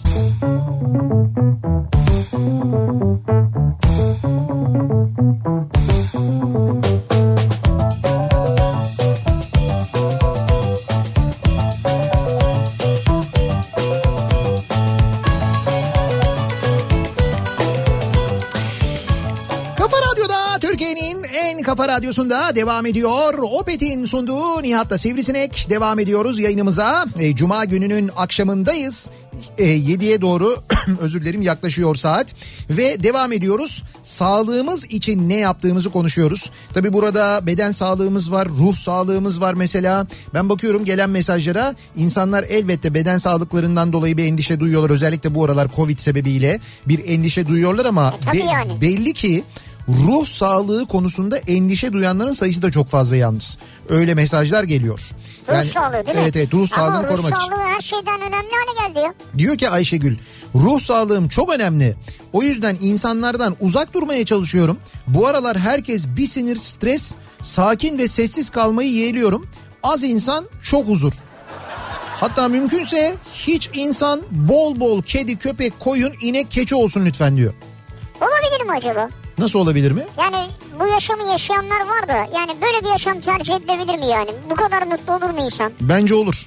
Kafa Radyosu'nda devam ediyor. Opet'in sunduğu Nihat'la Sivrisinek. Devam ediyoruz yayınımıza. E, Cuma gününün akşamındayız. E, yediye doğru özür dilerim yaklaşıyor saat. Ve devam ediyoruz. Sağlığımız için ne yaptığımızı konuşuyoruz. Tabii burada beden sağlığımız var, ruh sağlığımız var mesela. Ben bakıyorum gelen mesajlara, insanlar elbette beden sağlıklarından dolayı bir endişe duyuyorlar. Özellikle bu aralar Covid sebebiyle bir endişe duyuyorlar ama e, tabii be- yani. belli ki ruh sağlığı konusunda endişe duyanların sayısı da çok fazla yalnız. Öyle mesajlar geliyor. Ruh yani, sağlığı değil mi? Evet evet, ruh sağlığını Ama korumak için. ruh sağlığı her şeyden önemli hale geldi ya. Diyor ki Ayşegül, ruh sağlığım çok önemli. O yüzden insanlardan uzak durmaya çalışıyorum. Bu aralar herkes bir sinir, stres, sakin ve sessiz kalmayı yeğliyorum. Az insan çok huzur. Hatta mümkünse hiç insan, bol bol kedi, köpek, koyun, inek, keçi olsun lütfen diyor. Olabilir mi acaba? Nasıl olabilir mi? Yani bu yaşamı yaşayanlar var da yani böyle bir yaşam tercih edilebilir mi yani? Bu kadar mutlu olur mu insan? Bence olur.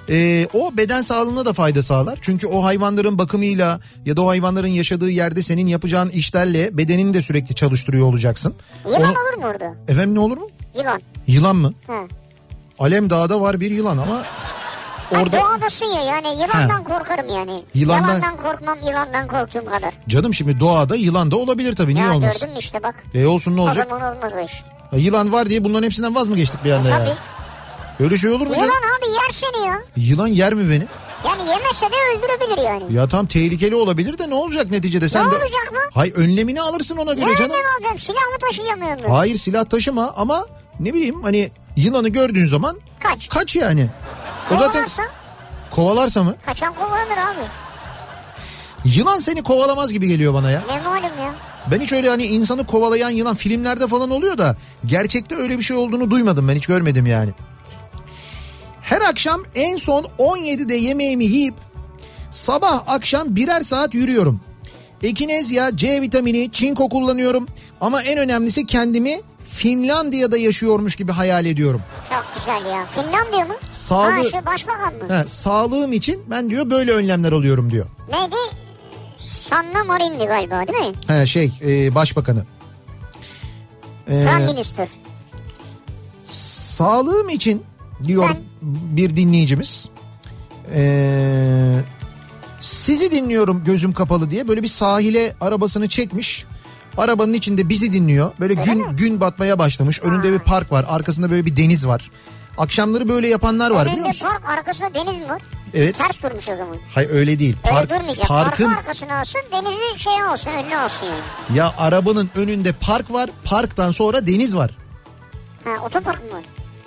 Ee, o beden sağlığına da fayda sağlar. Çünkü o hayvanların bakımıyla ya da o hayvanların yaşadığı yerde senin yapacağın işlerle bedenini de sürekli çalıştırıyor olacaksın. Yılan Onu... olur mu orada? Efendim ne olur mu? Yılan. Yılan mı? Hı. Alem Dağı'da var bir yılan ama... Orada... Ha, doğadasın ya yani yılandan ha. korkarım yani. Yılandan... Yalandan korkmam, yılandan korktuğum kadar. Canım şimdi doğada yılan da olabilir tabii, niye ya, olmaz? Ya gördün mü işte bak. E olsun ne olacak? O zaman olmaz o iş. Ya, yılan var diye bunların hepsinden vaz mı geçtik bir anda e, ya? Tabii. Öyle şey olur mu? Yılan canım? abi yer seni ya. Yılan yer mi beni? Yani yemese de öldürebilir yani. Ya tam tehlikeli olabilir de ne olacak neticede? Sen ne de... olacak mı? Hayır önlemini alırsın ona göre ne canım. Ne önlem alacağım? Silah mı taşıyamıyorum ben? Hayır silah taşıma ama ne bileyim hani yılanı gördüğün zaman kaç. Kaç yani. O Kovalarsa? zaten kovalarsa mı? Kaçan kovalanır abi. Yılan seni kovalamaz gibi geliyor bana ya. Ne malum ya. Ben hiç öyle hani insanı kovalayan yılan filmlerde falan oluyor da gerçekte öyle bir şey olduğunu duymadım, ben hiç görmedim yani. Her akşam en son on yedide yemeğimi yiyip sabah akşam birer saat yürüyorum. Ekinezya, C vitamini, çinko kullanıyorum ama en önemlisi kendimi Finlandiya'da yaşıyormuş gibi hayal ediyorum. Çok güzel ya. Finlandiya mı? Sağlığı... Ha şu başbakan mı? He, sağlığım için ben diyor böyle önlemler alıyorum diyor. Neydi? Sanna Marin'di galiba değil mi? He şey e, başbakanı. Ee, Prime Minister. Sağlığım için diyor ben... bir dinleyicimiz. Ee, sizi dinliyorum gözüm kapalı diye böyle bir sahile arabasını çekmiş. Arabanın içinde bizi dinliyor. Böyle Öyle gün mi? gün batmaya başlamış. Önünde ha. bir park var. Arkasında böyle bir deniz var. Akşamları böyle yapanlar var, biliyor musun? Önünde park, arkasında deniz mi var? Evet. Ters durmuş o zaman. Hayır öyle değil. Öyle Park, durmayacak. Parkın... Parkın arkasına alsın, denizi şey olsun, önüne olsun yani. Ya arabanın önünde park var. Parktan sonra deniz var. Ha, otopark mı var?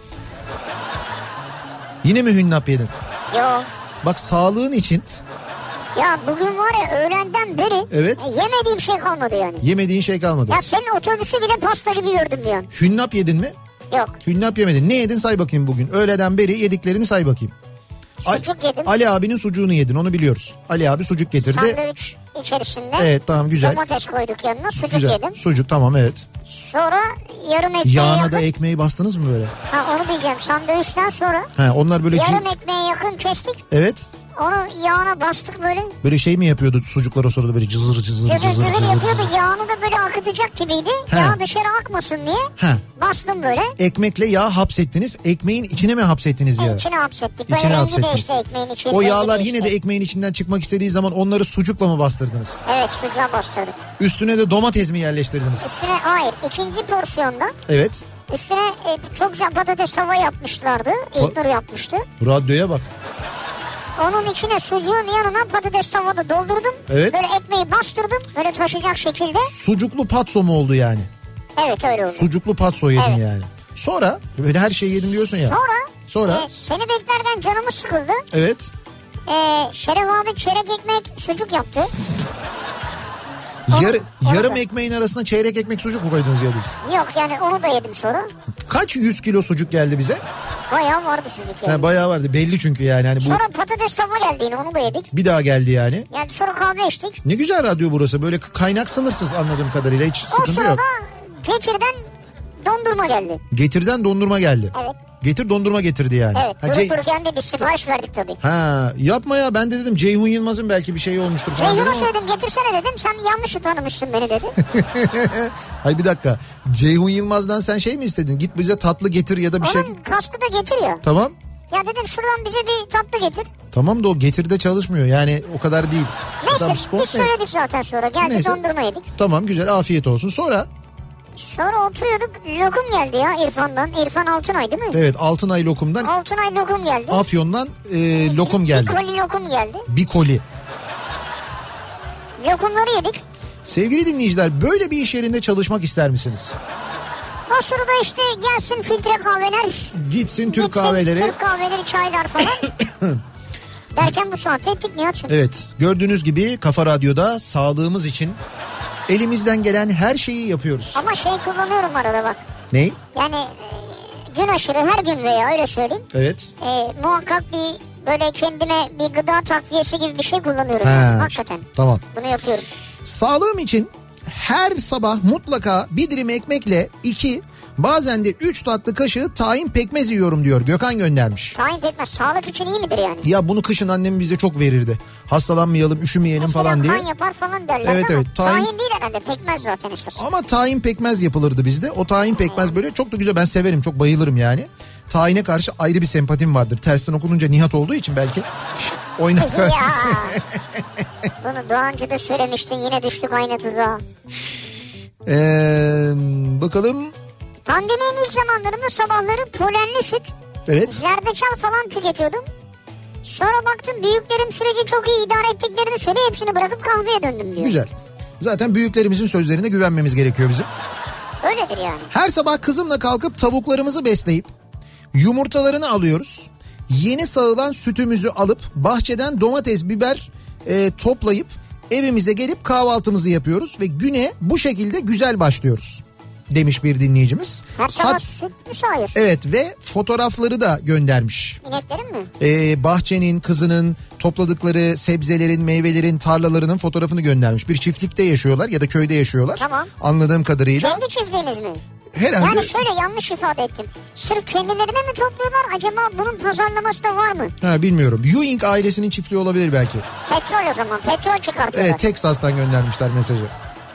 Yine mi hünnap yedin? Yok. Bak sağlığın için... Ya bugün var ya öğlenden beri evet. e, yemediğim şey kalmadı yani. Yemediğin şey kalmadı. Ya senin otobüsü bile pasta gibi gördüm bir an. Hünnap yedin mi? Yok. Hünnap yemedin. Ne yedin say bakayım bugün. Öğleden beri yediklerini say bakayım. Sucuk yedim. Ali abinin sucuğunu yedin, onu biliyoruz. Ali abi sucuk getirdi. Sandviç içerisinde. Evet tamam güzel. Domates koyduk yanına, sucuk güzel. yedim. Sucuk tamam evet. Sonra yarım ekmeğe Yağına yakın. da ekmeği bastınız mı böyle? Ha onu diyeceğim, sandviçten sonra. He, onlar böyle yarım c- ekmeğe yakın kestik. Evet. Onu yağına bastık böyle. Böyle şey mi yapıyordu sucuklar o sırada, böyle cızır cızır cızır Cızır cızır, cızır yapıyordu, yağını da böyle akıtacak gibiydi. He. Yağ dışarı akmasın diye. He. Bastım böyle. Ekmekle yağ hapsettiniz. Ekmeğin içine mi hapsettiniz ya? İçine hapsettik. Böyle İçine rengi hapsettiniz. değişti ekmeğin içine. O yağlar değişti. yine de ekmeğin içinden çıkmak istediği zaman onları sucukla mı bastırdınız? Evet, sucuğa bastırdık. Üstüne de domates mi yerleştirdiniz? Üstüne hayır, ikinci porsiyonda. Evet. Üstüne e, çok güzel patates tava yapmışlardı. İlknur yapmıştı. Radyoya bak. Onun içine sucuğun yanına patates tavada doldurdum. Evet. Böyle ekmeği bastırdım. Böyle taşıyacak şekilde. Sucuklu patso mu oldu yani? Evet öyle oldu. Sucuklu patso yedin evet. yani. Sonra böyle her şeyi yedim diyorsun ya. Sonra. Sonra. E, seni beklerken canımız sıkıldı. Evet. E, Şeref abi çeyrek ekmek sucuk yaptı. Yar, onu yarım da. ekmeğin arasına çeyrek ekmek sucuk mu koydunuz yediniz? Yok yani onu da yedim sonra. Kaç yüz kilo sucuk geldi bize? Bayağı vardı sucuk yani. Ha, bayağı vardı belli çünkü yani. Hani bu... Sonra patates tava geldi yine, onu da yedik. Bir daha geldi yani. Yani sonra kahve içtik. Ne güzel radyo burası, böyle kaynak sınırsız anladığım kadarıyla, hiç O sıkıntı sırada yok. Getir'den dondurma geldi. Getir'den dondurma geldi. Evet. Getir dondurma getirdi yani. Evet. Ha, Durup Cey... dururken de bir sipariş verdik tabii. Ha, yapma ya, ben de dedim Ceyhun Yılmaz'ın belki bir şeyi olmuştur. Ceyhun'a söyledim, getirsene dedim, sen yanlış tanımışsın beni dedi. Hayır bir dakika, Ceyhun Yılmaz'dan sen şey mi istedin? Git bize tatlı getir ya da bir Onun şey. Onun kaskı da getiriyor. Tamam. Ya dedim şuradan bize bir tatlı getir. Tamam da o getirde çalışmıyor yani, o kadar değil. Neyse Adam biz söyledik zaten sonra, geldi Neyse. dondurma yedik. Tamam güzel, afiyet olsun. Sonra? Sonra oturuyorduk, lokum geldi ya İrfan'dan. İrfan Altınay değil mi? Evet, Altınay lokumdan. Altınay lokum geldi. Afyon'dan e, lokum geldi. Bir koli lokum geldi. Bir koli. Lokumları yedik. Sevgili dinleyiciler, böyle bir iş yerinde çalışmak ister misiniz? O sırada işte gelsin filtre kahveler. Gitsin Türk gitsin, kahveleri. Türk kahveleri, çaylar falan. Derken bu saatte ettik Nihat'cığım. Evet, gördüğünüz gibi Kafa Radyo'da sağlığımız için elimizden gelen her şeyi yapıyoruz. Ama şey kullanıyorum arada bak. Ney? Yani e, gün aşırı her gün veya öyle söyleyeyim. Evet. E, muhakkak bir böyle kendime bir gıda takviyesi gibi bir şey kullanıyorum. Ha, Yani, hakikaten. Tamam. Bunu yapıyorum. Sağlığım için her sabah mutlaka bir dilim ekmekle iki Bazen de üç tatlı kaşığı tahin pekmez yiyorum diyor. Gökhan göndermiş. Tahin pekmez sağlık için iyi midir yani? Ya bunu kışın annem bize çok verirdi. Hastalanmayalım, üşümeyelim Eskiden falan diye. kan yapar falan derler Evet, ama evet, tahin- tahin değil herhalde, pekmez zaten işte. Ama tahin pekmez yapılırdı bizde. O tahin pekmez böyle çok da güzel, ben severim, çok bayılırım yani. Tahine karşı ayrı bir sempatim vardır. Tersten okununca Nihat olduğu için belki oynar. Ya. Bunu daha önce de söylemiştin, yine düştük aynı tuzağa. Ee, bakalım. Pandeminin ilk zamanlarında sabahları polenli süt, Evet. zerdeçal falan tüketiyordum. Sonra baktım büyüklerim süreci çok iyi idare ettiklerini söyle, hepsini bırakıp kahveye döndüm diyor. Güzel. Zaten büyüklerimizin sözlerine güvenmemiz gerekiyor bizim. Öyledir yani. Her sabah kızımla kalkıp tavuklarımızı besleyip yumurtalarını alıyoruz. Yeni sağılan sütümüzü alıp bahçeden domates, biber e, toplayıp evimize gelip kahvaltımızı yapıyoruz ve güne bu şekilde güzel başlıyoruz demiş bir dinleyicimiz. Her sabah Hat- süt mü sağıyorsun? Evet, ve fotoğrafları da göndermiş. İneklerin mi? Ee, bahçenin, kızının topladıkları sebzelerin, meyvelerin, tarlalarının fotoğrafını göndermiş. Bir çiftlikte yaşıyorlar ya da köyde yaşıyorlar. Tamam. Anladığım kadarıyla. Kendi çiftliğiniz mi? Herhalde. Yani şöyle yanlış ifade ettim. Sırf kendilerine mi topluyorlar, acaba bunun pazarlaması da var mı? Ha, bilmiyorum. Ewing ailesinin çiftliği olabilir belki. Petrol o zaman, petrol çıkartıyorlar. Evet, Teksas'tan göndermişler mesajı.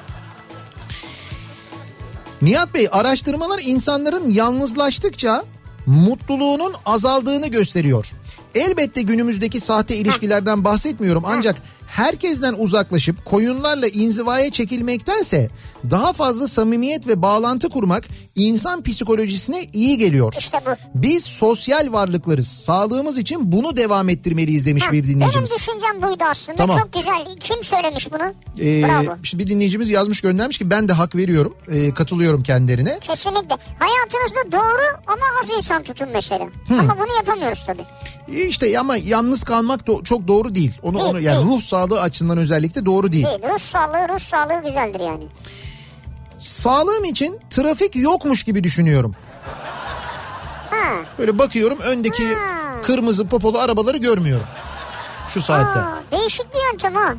Nihat Bey, araştırmalar insanların yalnızlaştıkça mutluluğunun azaldığını gösteriyor. Elbette günümüzdeki sahte ilişkilerden bahsetmiyorum, ancak herkesten uzaklaşıp koyunlarla inzivaya çekilmektense daha fazla samimiyet ve bağlantı kurmak insan psikolojisine iyi geliyor. İşte bu. Biz sosyal varlıklarız. Sağlığımız için bunu devam ettirmeliyiz demiş Ha, bir dinleyicimiz. Benim düşüncem buydu aslında. Tamam. Çok güzel. Kim söylemiş bunu? Ee, Bravo. işte bir dinleyicimiz yazmış, göndermiş ki ben de hak veriyorum. Ee, katılıyorum kendilerine. Kesinlikle. Hayatınızda doğru ama az insan tutun mesela. Ama bunu yapamıyoruz tabii. İşte ama yalnız kalmak do- çok doğru değil. Onu Değil, onu yani değil. ruh sağlığı açısından özellikle doğru değil. Değil. Ruh sağlığı, ruh sağlığı güzeldir yani. Sağlığım için trafik yokmuş gibi düşünüyorum. Ha. Böyle bakıyorum, öndeki Ha. kırmızı popolu arabaları görmüyorum şu saatte. Aa, değişik bir yöntem ha.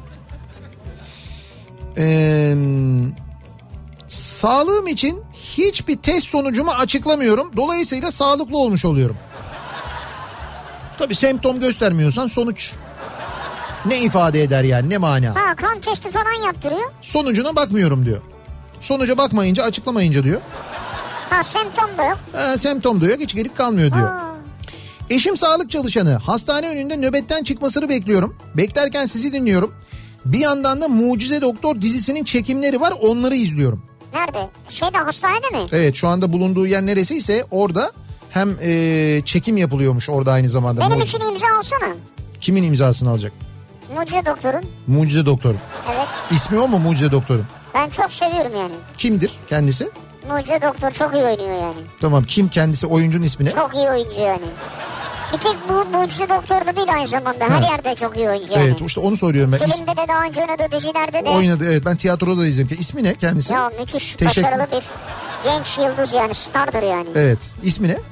Ee, sağlığım için hiçbir test sonucumu açıklamıyorum. Dolayısıyla sağlıklı olmuş oluyorum. Tabii semptom göstermiyorsan sonuç ne ifade eder yani, ne mana? Ha, kan testi falan yaptırıyor. Sonucuna bakmıyorum diyor. Sonuca bakmayınca, açıklamayınca diyor. Ha, semptom da yok. Ha, semptom da yok, hiç gerek kalmıyor diyor. Ha. Eşim sağlık çalışanı. Hastane önünde nöbetten çıkmasını bekliyorum. Beklerken sizi dinliyorum. Bir yandan da Mucize Doktor dizisinin çekimleri var, onları izliyorum. Nerede? Şeyde, hastanede mi? Evet, şu anda bulunduğu yer neresiyse orada hem e, çekim yapılıyormuş orada aynı zamanda. Benim Mu- için imza alsana. Kimin imzasını alacak? Mucize Doktor'un. Mucize Doktor. Evet. İsmi o mu Mucize Doktor'un? Ben çok seviyorum yani. Kimdir kendisi? Mucize Doktor çok iyi oynuyor yani. Tamam, kim kendisi, oyuncunun ismi ne? Çok iyi oyuncu yani. Bir tek bu Mucize Doktor'da değil, aynı zamanda her Ha. yerde çok iyi oyuncu yani. Evet, işte onu soruyorum ben. İs- Filmde de daha önce oynadığı dizilerde de. oynadı, evet, ben tiyatroda da izledim. İsmi ne kendisi? Ya müthiş, Teşekkür- başarılı bir genç yıldız yani, stardır yani. Evet, ismi ne?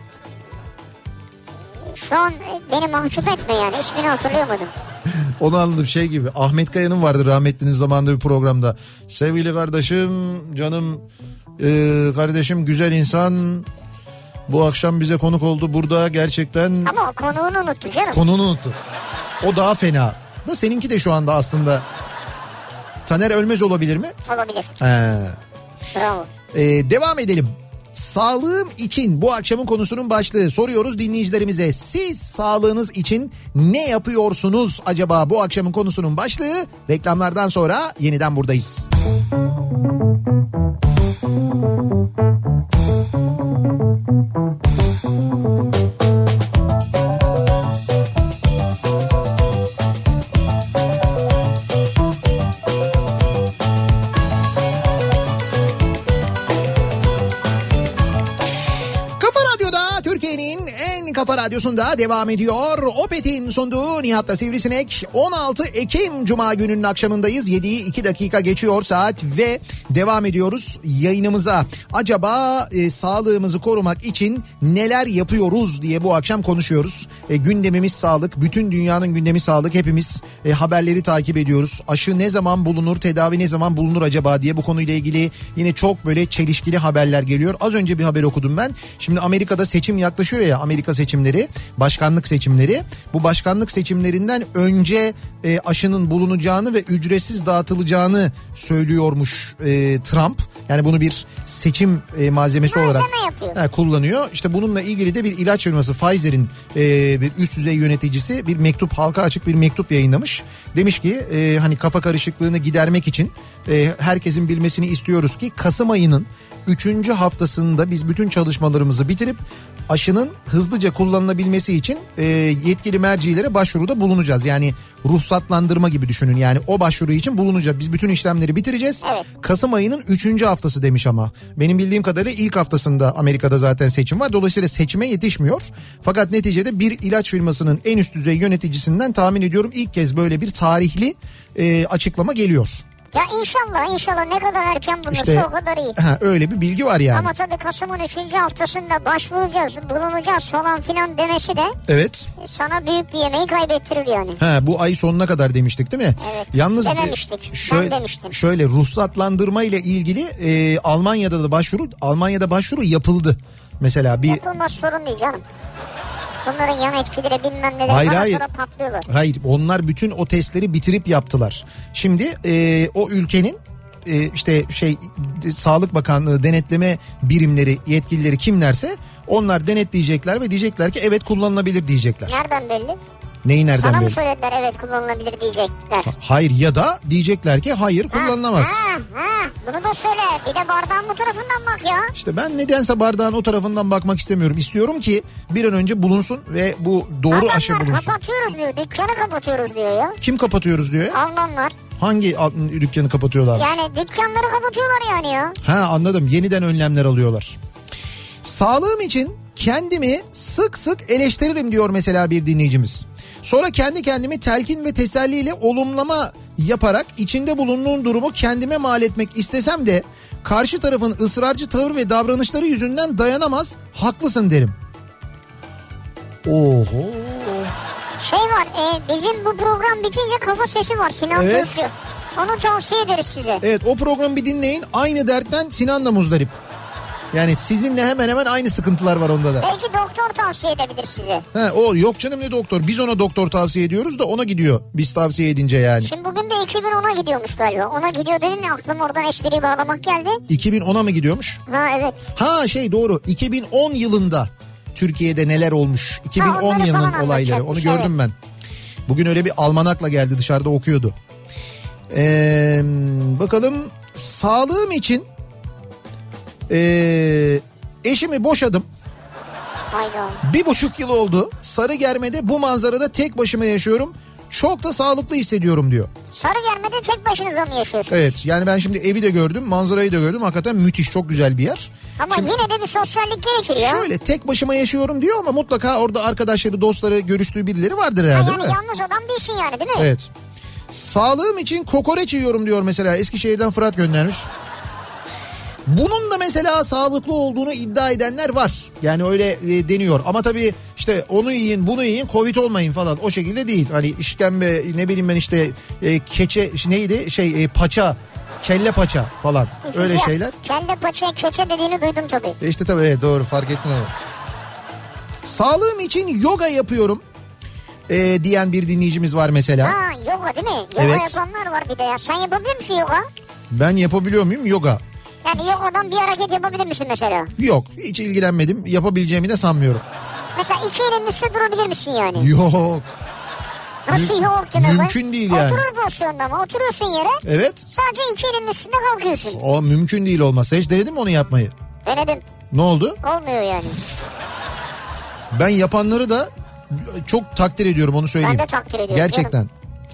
Şu an beni mahcup etme yani, ismini hatırlayamadım. Onu anladım, şey gibi. Ahmet Kaya'nın vardı rahmetlinin zamanında bir programda. Sevgili kardeşim, canım e, kardeşim, güzel insan bu akşam bize konuk oldu burada, gerçekten Ama o konuğunu unuttu canım. konuğunu unuttu. O daha fena. Da seninki de şu anda aslında. Taner Ölmez olabilir mi? Olabilir. He. Bravo. Ee, devam edelim. Sağlığım için bu akşamın konusunun başlığı. Soruyoruz dinleyicilerimize. Siz sağlığınız için ne yapıyorsunuz acaba? Bu akşamın konusunun başlığı. Reklamlardan sonra yeniden buradayız. Kafa Radyosu'nda devam ediyor. Opet'in sunduğu Nihat'la Sivrisinek. on altı Ekim Cuma gününün akşamındayız. yediyi iki dakika geçiyor saat ve devam ediyoruz yayınımıza. Acaba e, sağlığımızı korumak için neler yapıyoruz diye bu akşam konuşuyoruz. E, gündemimiz sağlık. Bütün dünyanın gündemi sağlık. Hepimiz e, haberleri takip ediyoruz. Aşı ne zaman bulunur, tedavi ne zaman bulunur acaba diye bu konuyla ilgili yine çok böyle çelişkili haberler geliyor. Az önce bir haber okudum ben. Şimdi Amerika'da seçim yaklaşıyor ya, Amerika seçimleri, başkanlık seçimleri. Bu başkanlık seçimlerinden önce e, aşının bulunacağını ve ücretsiz dağıtılacağını söylüyormuş e, Trump. Yani bunu bir seçim e, malzemesi Malzeme olarak he, kullanıyor. İşte bununla ilgili de bir ilaç firması Pfizer'in e, bir üst düzey yöneticisi bir mektup, halka açık bir mektup yayınlamış. Demiş ki e, hani kafa karışıklığını gidermek için e, herkesin bilmesini istiyoruz ki Kasım ayının üçüncü haftasında biz bütün çalışmalarımızı bitirip aşının hızlıca kullanılabilmesi için e, yetkili mercilere başvuruda bulunacağız. Yani ruhsatlandırma gibi düşünün, yani o başvuru için bulunacağız. Biz bütün işlemleri bitireceğiz. Evet. Kasım ayının üçüncü haftası demiş ama. Benim bildiğim kadarıyla ilk haftasında Amerika'da zaten seçim var. Dolayısıyla seçime yetişmiyor. Fakat neticede bir ilaç firmasının en üst düzey yöneticisinden tahmin ediyorum ilk kez böyle bir tarihli e, açıklama geliyor. Ya inşallah inşallah ne kadar erken bulunursa İşte, o kadar iyi. He, öyle bir bilgi var yani. Ama tabii Kasım'ın üçüncü haftasında başvuracağız, bulunacağız falan filan demesi de evet. Sana büyük bir yemeği kaybettirir yani. He, bu ay sonuna kadar demiştik değil mi? Evet. Yalnız dememiştik. Şöyle, ben demiştim. Şöyle ruhsatlandırma ile ilgili e, Almanya'da da başvuru Almanya'da başvuru yapıldı. Mesela bir yapılmaz sorun değil canım. Bunların yan etkileri bilmem neler hayır, bana hayır. sonra patlıyorlar. Hayır, onlar bütün o testleri bitirip yaptılar. Şimdi e, o ülkenin e, işte şey Sağlık Bakanlığı denetleme birimleri, yetkilileri kimlerse onlar denetleyecekler ve diyecekler ki evet kullanılabilir diyecekler. Nereden belli? Neyi nereden Sana belli? mı söylediler evet kullanılabilir diyecekler. Hayır, ya da diyecekler ki hayır kullanılamaz. Ha, ha, ha. Bunu da söyle. Bir de bardağın bu tarafından bak ya. İşte ben nedense bardağın o tarafından bakmak istemiyorum. İstiyorum ki bir an önce bulunsun ve bu doğru Adamlar aşı bulunsun. kapatıyoruz diyor. Dükkanı kapatıyoruz diyor ya. Kim kapatıyoruz diyor ya? Almanlar. Hangi dükkanı kapatıyorlar? Yani dükkanları kapatıyorlar yani ya. Ha, anladım. Yeniden önlemler alıyorlar. Sağlığım için kendimi sık sık eleştiririm diyor mesela bir dinleyicimiz. Sonra kendi kendimi telkin ve teselliyle olumlama yaparak içinde bulunduğum durumu kendime mal etmek istesem de karşı tarafın ısrarcı tavır ve davranışları yüzünden dayanamaz, haklısın derim. Oho. Şey var e, bizim bu program bitince Kafa Sesi var Sinan Evet. Tuzcu. Onu tavsiye ederiz size. Evet, o programı bir dinleyin. Aynı dertten Sinan'la muzdarip. Yani sizinle hemen hemen aynı sıkıntılar var onda da. Belki doktor tavsiye edebilir size. He, o yok canım, ne doktor? Biz ona doktor tavsiye ediyoruz da ona gidiyor. Biz tavsiye edince yani. Şimdi bugün de iki bin ona gidiyormuş galiba. Ona gidiyor dedin ya, aklıma oradan espriyi bağlamak geldi. iki bin ona mı gidiyormuş? Ha evet. Ha şey doğru, iki bin on yılında Türkiye'de neler olmuş? iki bin on Ha, yılının falan olayları, onu gördüm evet. ben. Bugün öyle bir almanakla geldi, dışarıda okuyordu. Ee, bakalım sağlığım için ee, eşimi boşadım. Hayda. Bir buçuk yıl oldu. Sarıgerme'de bu manzarada tek başıma yaşıyorum. Çok da sağlıklı hissediyorum diyor. Sarıgerme'de tek başınıza mı yaşıyorsunuz? Evet, yani ben şimdi evi de gördüm, manzarayı da gördüm. Hakikaten müthiş, çok güzel bir yer. Ama Şimdi, yine de bir sosyallik gerekir ya. şöyle tek başıma yaşıyorum diyor ama mutlaka orada arkadaşları, dostları, görüştüğü birileri vardır herhalde, yani değil mi? yalnız adam değilsin yani, değil mi? Evet. Sağlığım için kokoreç yiyorum diyor mesela. Eskişehir'den Fırat göndermiş. Bunun da mesela sağlıklı olduğunu iddia edenler var. Yani öyle e, deniyor. Ama tabii işte onu yiyin, bunu yiyin, Covid olmayın falan. O şekilde değil. Hani işkembe, ne bileyim ben işte e, keçe neydi şey e, paça, kelle paça falan. Öyle Ya, şeyler. Kelle paça, keçe dediğini duydum tabii. E işte tabii evet, doğru, fark ettim onu. Sağlığım için yoga yapıyorum e, diyen bir dinleyicimiz var mesela. Ha yoga değil mi? Yoga Evet. yapanlar var bir de ya. Sen yapabilir misin yoga? Ben yapabiliyor muyum yoga? Yani yogadan bir hareket yapabilir misin mesela? Yok, hiç ilgilenmedim. Yapabileceğimi de sanmıyorum. Mesela iki elin üstünde durabilir misin yani? Yok. Nasıl Müm- yok demek? mümkün değil yani. Oturur pozisyonda ama oturuyorsun yere. Evet. Sadece iki elin üstünde kalkıyorsun. O mümkün değil olmaz. Hiç denedin mi onu yapmayı? Denedim. Ne oldu? Olmuyor yani. Ben yapanları da çok takdir ediyorum, onu söyleyeyim. Ben de takdir ediyorum. Gerçekten. Canım.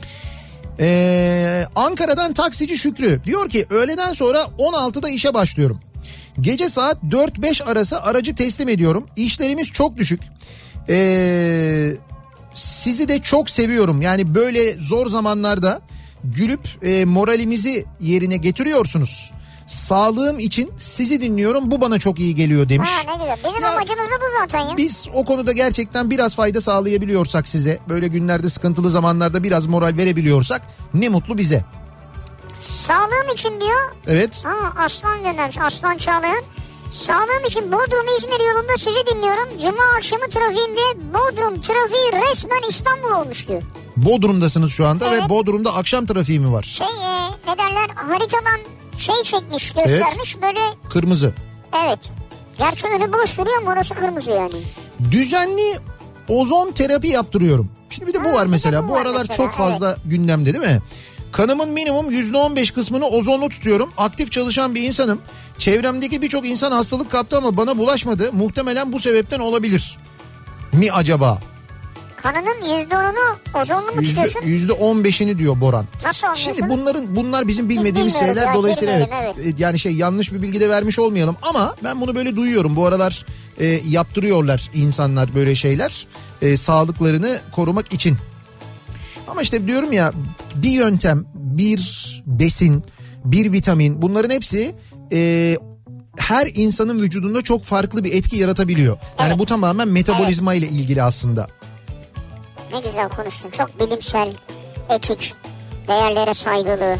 Ee, Ankara'dan taksici Şükrü diyor ki öğleden sonra on altıda işe başlıyorum. Gece saat dört beş arası aracı teslim ediyorum. İşlerimiz çok düşük. Ee, sizi de çok seviyorum. Yani böyle zor zamanlarda gülüp e, moralimizi yerine getiriyorsunuz. Sağlığım için sizi dinliyorum, bu bana çok iyi geliyor demiş. Ha, ne güzel. Bizim ya, amacımız da bu zaten ya. Biz o konuda gerçekten biraz fayda sağlayabiliyorsak size, böyle günlerde, sıkıntılı zamanlarda biraz moral verebiliyorsak ne mutlu bize. Sağlığım için diyor. Evet. Ha, Aslan göndermiş. Aslan Çağlayan. Sağlığım için Bodrum İzmir yolunda sizi dinliyorum. Cuma akşamı trafiğinde Bodrum trafiği resmen İstanbul olmuş diyor. Bodrum'dasınız şu anda, evet. Ve Bodrum'da akşam trafiği mi var? Şey e, ne derler, haritadan şey çekmiş, göstermiş, evet. Böyle. Kırmızı. Evet. Gerçi önü boş duruyor ama orası kırmızı yani. Düzenli ozon terapi yaptırıyorum. Şimdi bir de bu ha, var mesela. Bu, bu aralar mesela, çok fazla evet. gündemde değil mi? Kanımın minimum yüzde on beş kısmını ozonlu tutuyorum. Aktif çalışan bir insanım. Çevremdeki birçok insan hastalık kaptı ama bana bulaşmadı. Muhtemelen bu sebepten olabilir mi acaba? Kanının yüzde onunu ozonlu mu tutuyorsun? yüzde on beşini diyor Boran. Nasıl anlıyorsun? Şimdi bunların bunlar bizim bilmediğimiz şeyler. Ya, dolayısıyla evet, evet. Yani şey, yanlış bir bilgi de vermiş olmayalım. Ama ben bunu böyle duyuyorum. Bu aralar e, yaptırıyorlar insanlar böyle şeyler. E, sağlıklarını korumak için. Ama işte diyorum ya, bir yöntem, bir besin, bir vitamin, bunların hepsi e, her insanın vücudunda çok farklı bir etki yaratabiliyor. Yani evet. Bu tamamen metabolizma evet. ile ilgili aslında. Ne güzel konuştun. Çok bilimsel, etik, değerlere saygılı,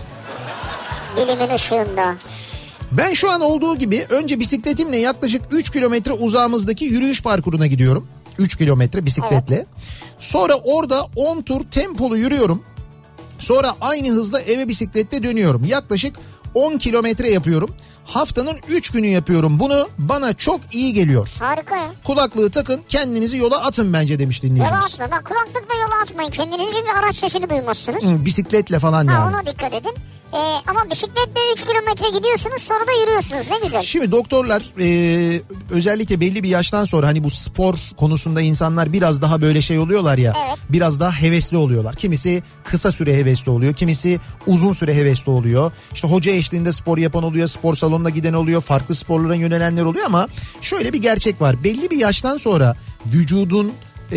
bilimin ışığında. Ben şu an olduğu gibi önce bisikletimle yaklaşık üç kilometre uzağımızdaki yürüyüş parkuruna gidiyorum. üç kilometre bisikletle. Evet. Sonra orada on tur tempolu yürüyorum. Sonra aynı hızla eve bisikletle dönüyorum. Yaklaşık on kilometre yapıyorum. Haftanın üç günü yapıyorum bunu. Bana çok iyi geliyor. Harika ya. Kulaklığı takın, kendinizi yola atın bence demiş dinleyicimiz. Yola atma. Bak, kulaklıkla yola atmayın. Kendinizi, bir araç sesini duymazsınız. Hı, bisikletle falan ha, yani. Ona dikkat edin. Ee, ama bisikletle üç kilometre gidiyorsunuz, sonra da yürüyorsunuz, ne güzel. Şimdi doktorlar e, özellikle belli bir yaştan sonra hani bu spor konusunda insanlar biraz daha böyle şey oluyorlar ya. Evet. Biraz daha hevesli oluyorlar. Kimisi kısa süre hevesli oluyor, kimisi uzun süre hevesli oluyor. İşte hoca eşliğinde spor yapan oluyor, spor salonuna giden oluyor, farklı sporlara yönelenler oluyor ama şöyle bir gerçek var. Belli bir yaştan sonra vücudun e,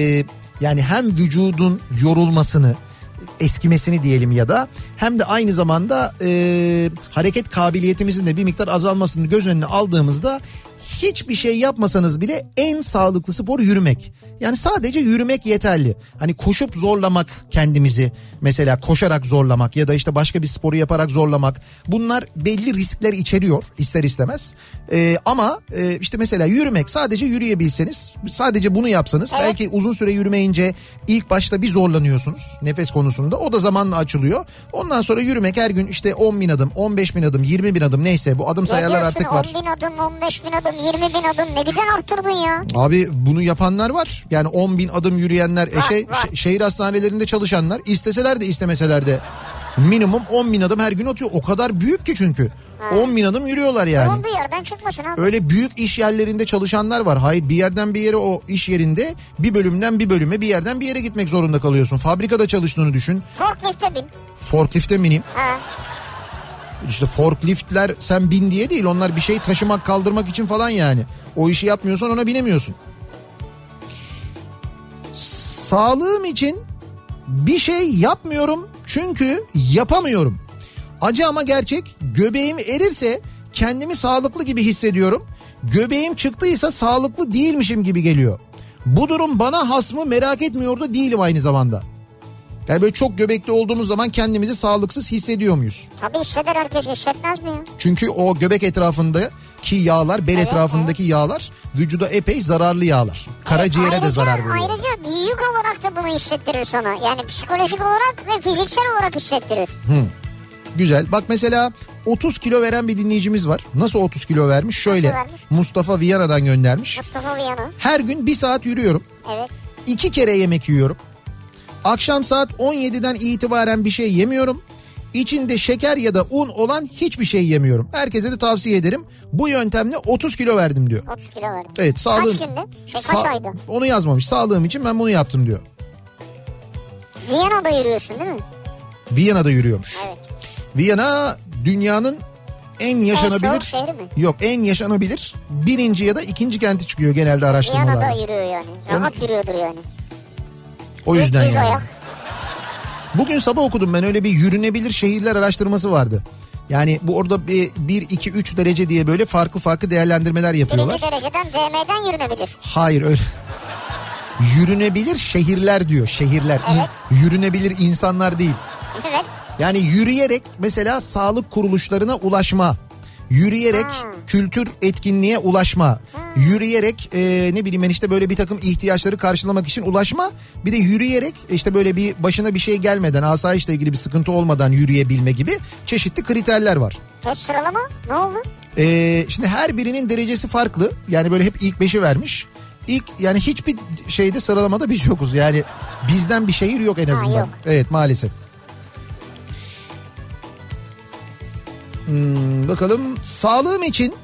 yani hem vücudun yorulmasını, eskimesini diyelim ya da hem de aynı zamanda e, hareket kabiliyetimizin de bir miktar azalmasını göz önüne aldığımızda hiçbir şey yapmasanız bile en sağlıklı spor yürümek. Yani sadece yürümek yeterli. Hani koşup zorlamak kendimizi, mesela koşarak zorlamak ya da işte başka bir sporu yaparak zorlamak, bunlar belli riskler içeriyor ister istemez. Ee, ama e, işte mesela yürümek, sadece yürüyebilseniz, sadece bunu yapsanız, evet. Belki uzun süre yürümeyince ilk başta bir zorlanıyorsunuz nefes konusunda, o da zamanla açılıyor. Ondan sonra yürümek, her gün işte on bin adım, on beş bin adım, yirmi bin adım, neyse bu adım sayarlar artık var. on bin adım, on beş bin adım, yirmi bin adım, ne güzel arttırdın ya. Abi bunu yapanlar var. Yani on bin adım yürüyenler, var, e şey, var. Ş- şehir hastanelerinde çalışanlar, isteseler de istemeseler de minimum on bin adım her gün atıyor. O kadar büyük ki çünkü. Ha. on bin adım yürüyorlar yani. Olduğu yerden çıkmasın abi. Öyle büyük iş yerlerinde çalışanlar var. Hayır, bir yerden bir yere, o iş yerinde bir bölümden bir bölüme, bir yerden bir yere gitmek zorunda kalıyorsun. Fabrikada çalıştığını düşün. Forklift'e bin. Forklift'e bineyim. Ha. İşte forkliftler sen bin diye değil, onlar bir şey taşımak, kaldırmak için falan yani. O işi yapmıyorsan ona binemiyorsun. Sağlığım için bir şey yapmıyorum çünkü yapamıyorum. Acı ama gerçek, göbeğim erirse kendimi sağlıklı gibi hissediyorum. Göbeğim çıktıysa sağlıklı değilmişim gibi geliyor. Bu durum bana has mı merak etmiyor da değilim aynı zamanda. Yani böyle çok göbekli olduğumuz zaman kendimizi sağlıksız hissediyor muyuz? Tabii hisseder, herkes hissetmez mi ya? Çünkü o göbek etrafındaki yağlar, bel evet, etrafındaki evet. yağlar vücuda epey zararlı yağlar. Karaciğere evet, ayrıca, de zarar veriyor. Ayrıca yük olarak da bunu hissettirir sana. Yani psikolojik olarak ve fiziksel olarak hissettirir. Hı. Güzel. Bak mesela otuz kilo veren bir dinleyicimiz var. Nasıl otuz kilo vermiş? Şöyle, vermiş? Mustafa Viyana'dan göndermiş. Mustafa Viyana. Her gün bir saat yürüyorum. Evet. İki kere yemek yiyorum. Akşam saat on yediden itibaren bir şey yemiyorum. İçinde şeker ya da un olan hiçbir şey yemiyorum. Herkese de tavsiye ederim. Bu yöntemle otuz kilo verdim diyor. otuz kilo verdim. Evet, sağlığım. Kaç günde? Şey, kaç Sa- ayda? Onu yazmamış. Sağlığım için ben bunu yaptım diyor. Viyana'da yürüyorsun değil mi? Viyana'da yürüyormuş. Evet. Viyana dünyanın En yaşanabilir. En soğuk şehri mi? Yok, en yaşanabilir birinci ya da ikinci kenti çıkıyor genelde araştırmalarda. Viyana'da yürüyor yani. Rahat Onun... yürüyordur yani. O yüzden Düz yani. ayak. Bugün sabah okudum ben, öyle bir yürünebilir şehirler araştırması vardı. Yani bu orada bir, bir iki üç derece diye böyle farklı farklı değerlendirmeler yapıyorlar. Birinci dereceden D M'den yürünebilir. Hayır öyle. Yürünebilir şehirler diyor, şehirler. Evet. İn, yürünebilir insanlar değil. Evet. Yani yürüyerek mesela sağlık kuruluşlarına ulaşma. Yürüyerek hmm. kültür etkinliğe ulaşma. Hmm. Yürüyerek e, ne bileyim ben işte böyle bir takım ihtiyaçları karşılamak için ulaşma. Bir de yürüyerek işte böyle bir başına bir şey gelmeden, asayişle ilgili bir sıkıntı olmadan yürüyebilme gibi çeşitli kriterler var. E sıralama ne oldu? E, şimdi her birinin derecesi farklı. Yani böyle hep ilk beşi vermiş. İlk yani hiçbir şeyde sıralamada biz yokuz. Yani bizden bir şehir yok en azından. Ha, yok. Evet, maalesef. Hmm, bakalım sağlığım için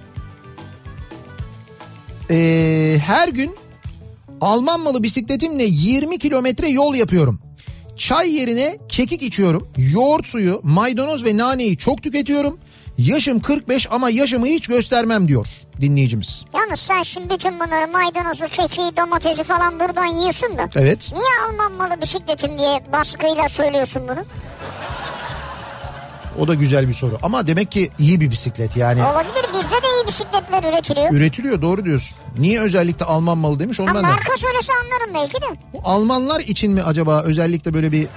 ee, her gün Alman malı bisikletimle yirmi kilometre yol yapıyorum. Çay yerine kekik içiyorum. Yoğurt suyu, maydanoz ve naneyi çok tüketiyorum. Yaşım kırk beş ama yaşımı hiç göstermem diyor dinleyicimiz. Yalnız sen şimdi bütün bunları, maydanozu, kekiği, domatesi falan buradan yiyorsun da. Evet. Niye Alman malı bisikletim diye baskıyla söylüyorsun bunu? O da güzel bir soru. Ama demek ki iyi bir bisiklet yani. Olabilir, bizde de iyi bisikletler üretiliyor. Üretiliyor, doğru diyorsun. Niye özellikle Alman malı demiş ondan da. Ama marka söylese anlarım belki de. Bu Almanlar için mi acaba özellikle böyle bir...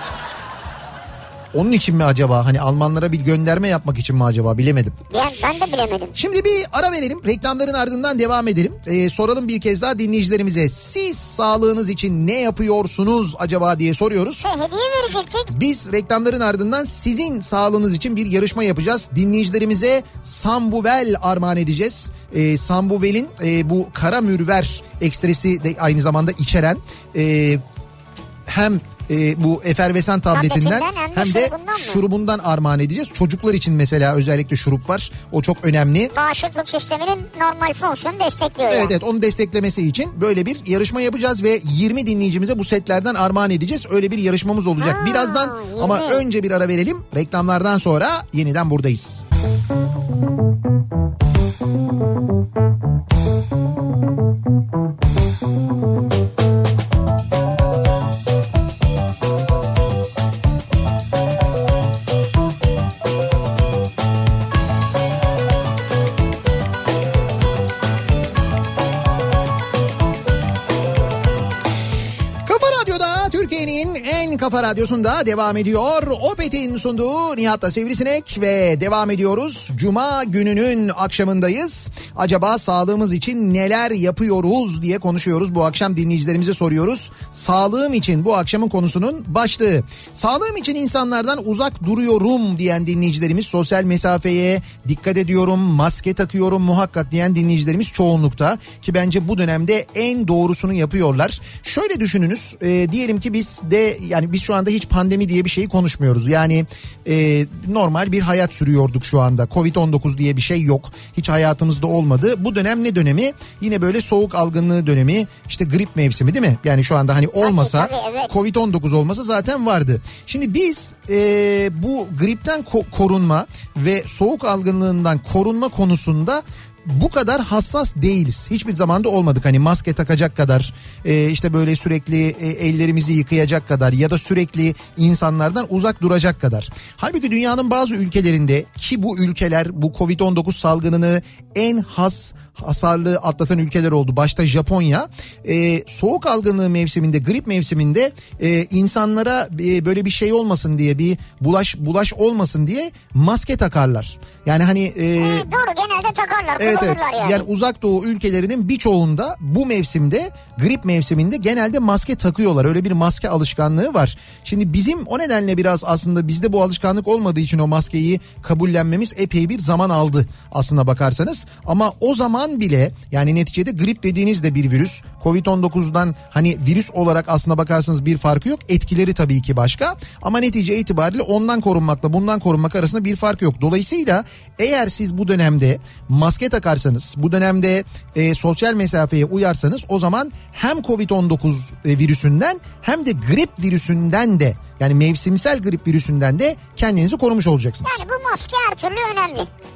Onun için mi acaba? Hani Almanlara bir gönderme yapmak için mi acaba? Bilemedim. Ben, ben de bilemedim. Şimdi bir ara verelim. Reklamların ardından devam edelim. Ee, soralım bir kez daha dinleyicilerimize. Siz sağlığınız için ne yapıyorsunuz acaba diye soruyoruz. He, hediye verecektik. Biz reklamların ardından sizin sağlığınız için bir yarışma yapacağız. Dinleyicilerimize Sambuvel armağan edeceğiz. Ee, Sambuvel'in e, bu kara mürver ekstresi de aynı zamanda içeren e, hem e, bu efervesan tabletinden, tabletinden hem de, hem de şurubundan, şurubundan armağan edeceğiz. Çocuklar için mesela özellikle şurup var. O çok önemli. Bağışıklık sisteminin normal fonksiyonu destekliyor. Evet yani. evet, onu desteklemesi için böyle bir yarışma yapacağız ve yirmi dinleyicimize bu setlerden armağan edeceğiz. Öyle bir yarışmamız olacak ha, birazdan yirmi. Ama önce bir ara verelim. Reklamlardan sonra yeniden buradayız. Kafa Radyosu'nda devam ediyor. Opet'in sunduğu Nihat'la Sivrisinek ve devam ediyoruz. Cuma gününün akşamındayız. Acaba sağlığımız için neler yapıyoruz diye konuşuyoruz. Bu akşam dinleyicilerimize soruyoruz. Sağlığım için bu akşamın konusunun başlığı. Sağlığım için insanlardan uzak duruyorum diyen dinleyicilerimiz, sosyal mesafeye dikkat ediyorum, maske takıyorum muhakkak diyen dinleyicilerimiz çoğunlukta. Ki bence bu dönemde en doğrusunu yapıyorlar. Şöyle düşününüz, e, diyelim ki biz de yani biz şu anda hiç pandemi diye bir şeyi konuşmuyoruz. Yani e, normal bir hayat sürüyorduk şu anda. covid on dokuz diye bir şey yok. Hiç hayatımızda olmadı. Bu dönem ne dönemi? Yine böyle soğuk algınlığı dönemi, işte grip mevsimi değil mi? Yani şu anda hani olmasa, tabii, tabii, evet. covid on dokuz olmasa zaten vardı. Şimdi biz e, bu gripten ko- korunma ve soğuk algınlığından korunma konusunda bu kadar hassas değiliz. Hiçbir zamanda olmadık. Hani maske takacak kadar, e, işte böyle sürekli e, ellerimizi yıkayacak kadar ya da sürekli insanlardan uzak duracak kadar. Halbuki dünyanın bazı ülkelerinde, ki bu ülkeler bu covid on dokuz salgınını en has hasarlı atlatan ülkeler oldu. Başta Japonya, e, soğuk algınlığı mevsiminde, grip mevsiminde e, insanlara e, böyle bir şey olmasın diye, bir bulaş bulaş olmasın diye maske takarlar. Yani hani e, e, doğru, genelde takarlar, evet, evet. Yani. Yani uzak doğu ülkelerinin birçoğunda bu mevsimde, grip mevsiminde genelde maske takıyorlar. Öyle bir maske alışkanlığı var. Şimdi bizim o nedenle biraz aslında bizde bu alışkanlık olmadığı için o maskeyi kabullenmemiz epey bir zaman aldı aslına bakarsanız. Ama o zaman bile, yani neticede grip dediğiniz de bir virüs. covid on dokuzdan hani virüs olarak aslına bakarsanız bir farkı yok. Etkileri tabii ki başka. Ama netice itibariyle ondan korunmakla bundan korunmak arasında bir fark yok. Dolayısıyla eğer siz bu dönemde maske takarsanız, bu dönemde e, sosyal mesafeye uyarsanız, o zaman hem covid on dokuz e, virüsünden hem de grip virüsünden de, yani mevsimsel grip virüsünden de kendinizi korumuş olacaksınız. Yani bu maske her türlü önemli.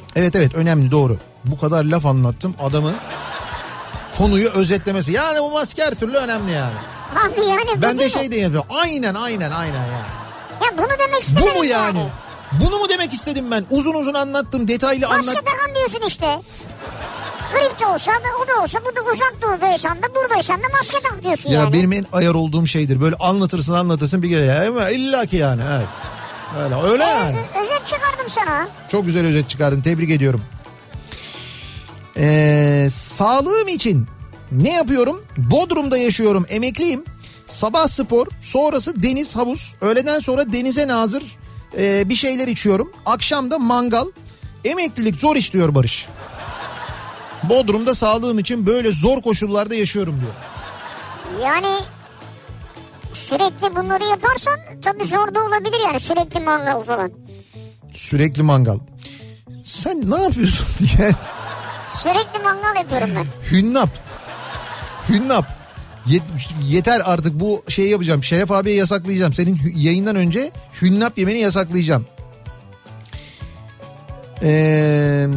Evet evet önemli, doğru. Bu kadar laf anlattım, adamın konuyu özetlemesi. Yani bu maske her türlü önemli yani. Abi yani ben de mi? şey de yapıyorum. Aynen aynen aynen ya. Ya bunu demek istemedim. Bu mu yani? yani? Bunu mu demek istedim ben? Uzun uzun anlattım, detaylı anlattım. Maske takan diyorsun işte. Grip de olsa, o da olsa, bu da uzak doğudaysan da buradaysan da maske tak diyorsun ya yani. Benim en ayar olduğum şeydir. Böyle anlatırsın anlatırsın bir kere. Ama illa ki yani. Evet. Öyle, öyle ee, yani. Özet çıkardım sana. Çok güzel özet çıkardın. Tebrik ediyorum. Ee, sağlığım için ne yapıyorum? Bodrum'da yaşıyorum. Emekliyim. Sabah spor, sonrası deniz, havuz. Öğleden sonra denize nazır e, bir şeyler içiyorum. Akşam da mangal. Emeklilik zor iş diyor Barış. Bodrum'da sağlığım için böyle zor koşullarda yaşıyorum diyor. Yani sürekli bunları yaparsan tabii zor da olabilir yani, sürekli mangal falan. Sürekli mangal. Sen ne yapıyorsun diye. Sürekli mangal yapıyorum ben. Hünnap. Hünnap. Yeter artık, bu şeyi yapacağım. Şeref abiye yasaklayacağım. Senin yayından önce hünnap yemeni yasaklayacağım. Eee...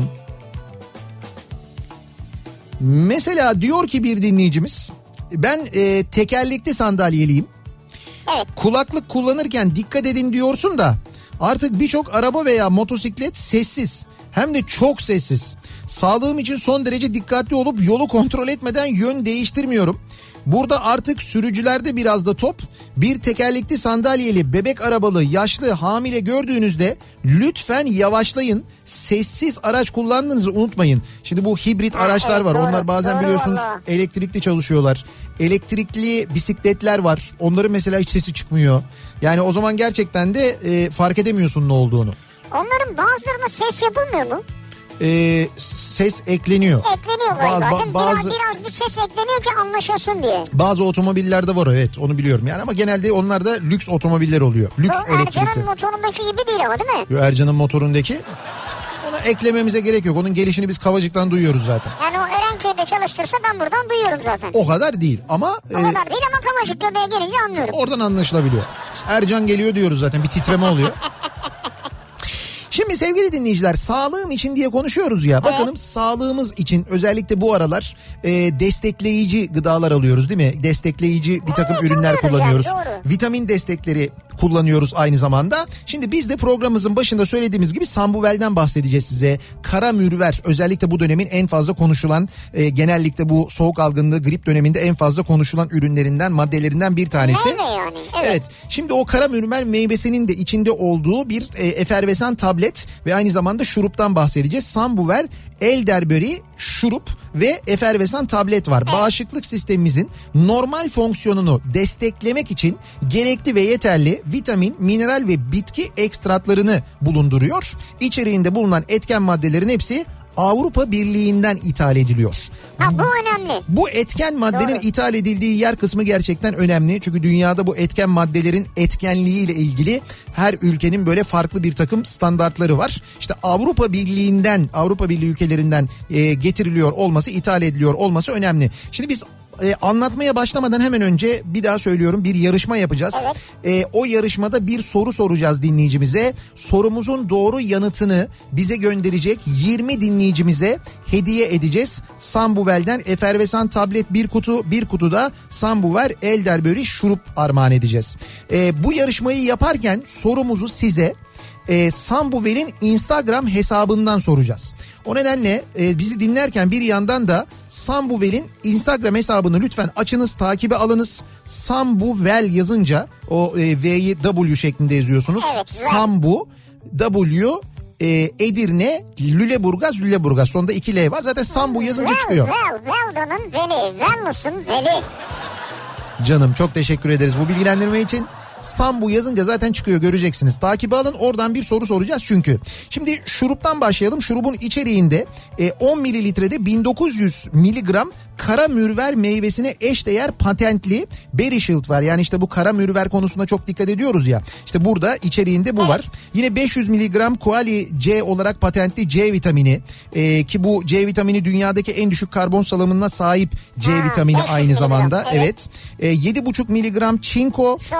Mesela diyor ki bir dinleyicimiz, ben e, tekerlekli sandalyeliyim. Evet. Kulaklık kullanırken dikkat edin diyorsun da artık birçok araba veya motosiklet sessiz, hem de çok sessiz. Sağlığım için son derece dikkatli olup yolu kontrol etmeden yön değiştirmiyorum. Burada artık sürücülerde biraz da top. Bir tekerlekli sandalyeli, bebek arabalı, yaşlı, hamile gördüğünüzde lütfen yavaşlayın. Sessiz araç kullandığınızı unutmayın. Şimdi bu hibrit ha, araçlar evet, var. doğru, Onlar bazen doğru biliyorsunuz vallahi. elektrikli çalışıyorlar. Elektrikli bisikletler var. Onların mesela hiç sesi çıkmıyor. Yani o zaman gerçekten de e, fark edemiyorsun ne olduğunu. Onların bazılarına ses yapılmıyor mu? E, ses ekleniyor. Ekleniyor Bazı, zaten. bazı, Biraz, biraz bir ses ekleniyor ki anlaşılsın diye. Bazı otomobillerde var, evet, onu biliyorum yani, ama genelde onlar da lüks otomobiller oluyor. Lüks Bu elektrikli. Ercan'ın motorundaki gibi değil ama, değil mi? Yo, Ercan'ın motorundaki. Ona eklememize gerek yok. Onun gelişini biz Kavacık'tan duyuyoruz zaten. Yani o Erenköy'de çalıştırsa ben buradan duyuyorum zaten. O kadar değil ama... O e, kadar değil ama Kavacık göbeğe gelince anlıyorum. Oradan anlaşılabiliyor. Ercan geliyor diyoruz zaten, bir titreme oluyor. Şimdi sevgili dinleyiciler, sağlığım için diye konuşuyoruz ya. Bakalım evet. Sağlığımız için özellikle bu aralar e, destekleyici gıdalar alıyoruz değil mi? Destekleyici bir takım evet, ürünler kullanıyoruz. Yani, vitamin destekleri kullanıyoruz aynı zamanda. Şimdi biz de programımızın başında söylediğimiz gibi Sambuvel'den bahsedeceğiz size. Kara mürver, özellikle bu dönemin en fazla konuşulan, e, genellikle bu soğuk algınlığı, grip döneminde en fazla konuşulan ürünlerinden, maddelerinden bir tanesi. Meyve yani. Evet. Evet. Şimdi o kara mürver meyvesinin de içinde olduğu bir e, efervesan tablet ve aynı zamanda şuruptan bahsedeceğiz. Sambuvel elderberry şurup ve efervesan tablet var. Evet. Bağışıklık sistemimizin normal fonksiyonunu desteklemek için gerekli ve yeterli vitamin, mineral ve bitki ekstratlarını bulunduruyor. İçeriğinde bulunan etken maddelerin hepsi Avrupa Birliği'nden ithal ediliyor. Ha, bu önemli. Bu etken maddenin Doğru. ithal edildiği yer kısmı gerçekten önemli. Çünkü dünyada bu etken maddelerin etkenliğiyle ilgili her ülkenin böyle farklı bir takım standartları var. İşte Avrupa Birliği'nden, Avrupa Birliği ülkelerinden e, getiriliyor olması, ithal ediliyor olması önemli. Şimdi biz Ee, anlatmaya başlamadan hemen önce bir daha söylüyorum, bir yarışma yapacağız. Evet. Ee, o yarışmada bir soru soracağız dinleyicimize. Sorumuzun doğru yanıtını bize gönderecek yirmi dinleyicimize hediye edeceğiz. Sambuvel'den efervesan tablet bir kutu, bir kutuda Sambuvel elderberry şurup armağan edeceğiz. Ee, bu yarışmayı yaparken sorumuzu size E, Sambuvel'in Instagram hesabından soracağız. O nedenle e, bizi dinlerken bir yandan da Sambuvel'in Instagram hesabını lütfen açınız, takibe alınız. Sambuvel yazınca o e, V'yi W şeklinde yazıyorsunuz. Evet, Sambu W e, Edirne Lüleburgaz Lüleburgaz sonunda iki L var. Zaten Sambu yazınca well, çıkıyor. Well, Well'danın veli, Wellness'ın veli. Canım çok teşekkür ederiz bu bilgilendirme için. Sambu yazınca zaten çıkıyor, göreceksiniz. Takibi alın, oradan bir soru soracağız çünkü. Şimdi şuruptan başlayalım. Şurubun içeriğinde on mililitrede bin dokuz yüz miligram kara mürver meyvesine eşdeğer patentli Berry Shield var. Yani işte bu kara mürver konusunda çok dikkat ediyoruz ya. İşte burada içeriğinde bu var. Yine beş yüz miligram Kuali C olarak patentli C vitamini ee, ki bu C vitamini dünyadaki en düşük karbon salımına sahip C ha, vitamini aynı zamanda. Evet. evet. Ee, yedi buçuk miligram çinko. Sonra çok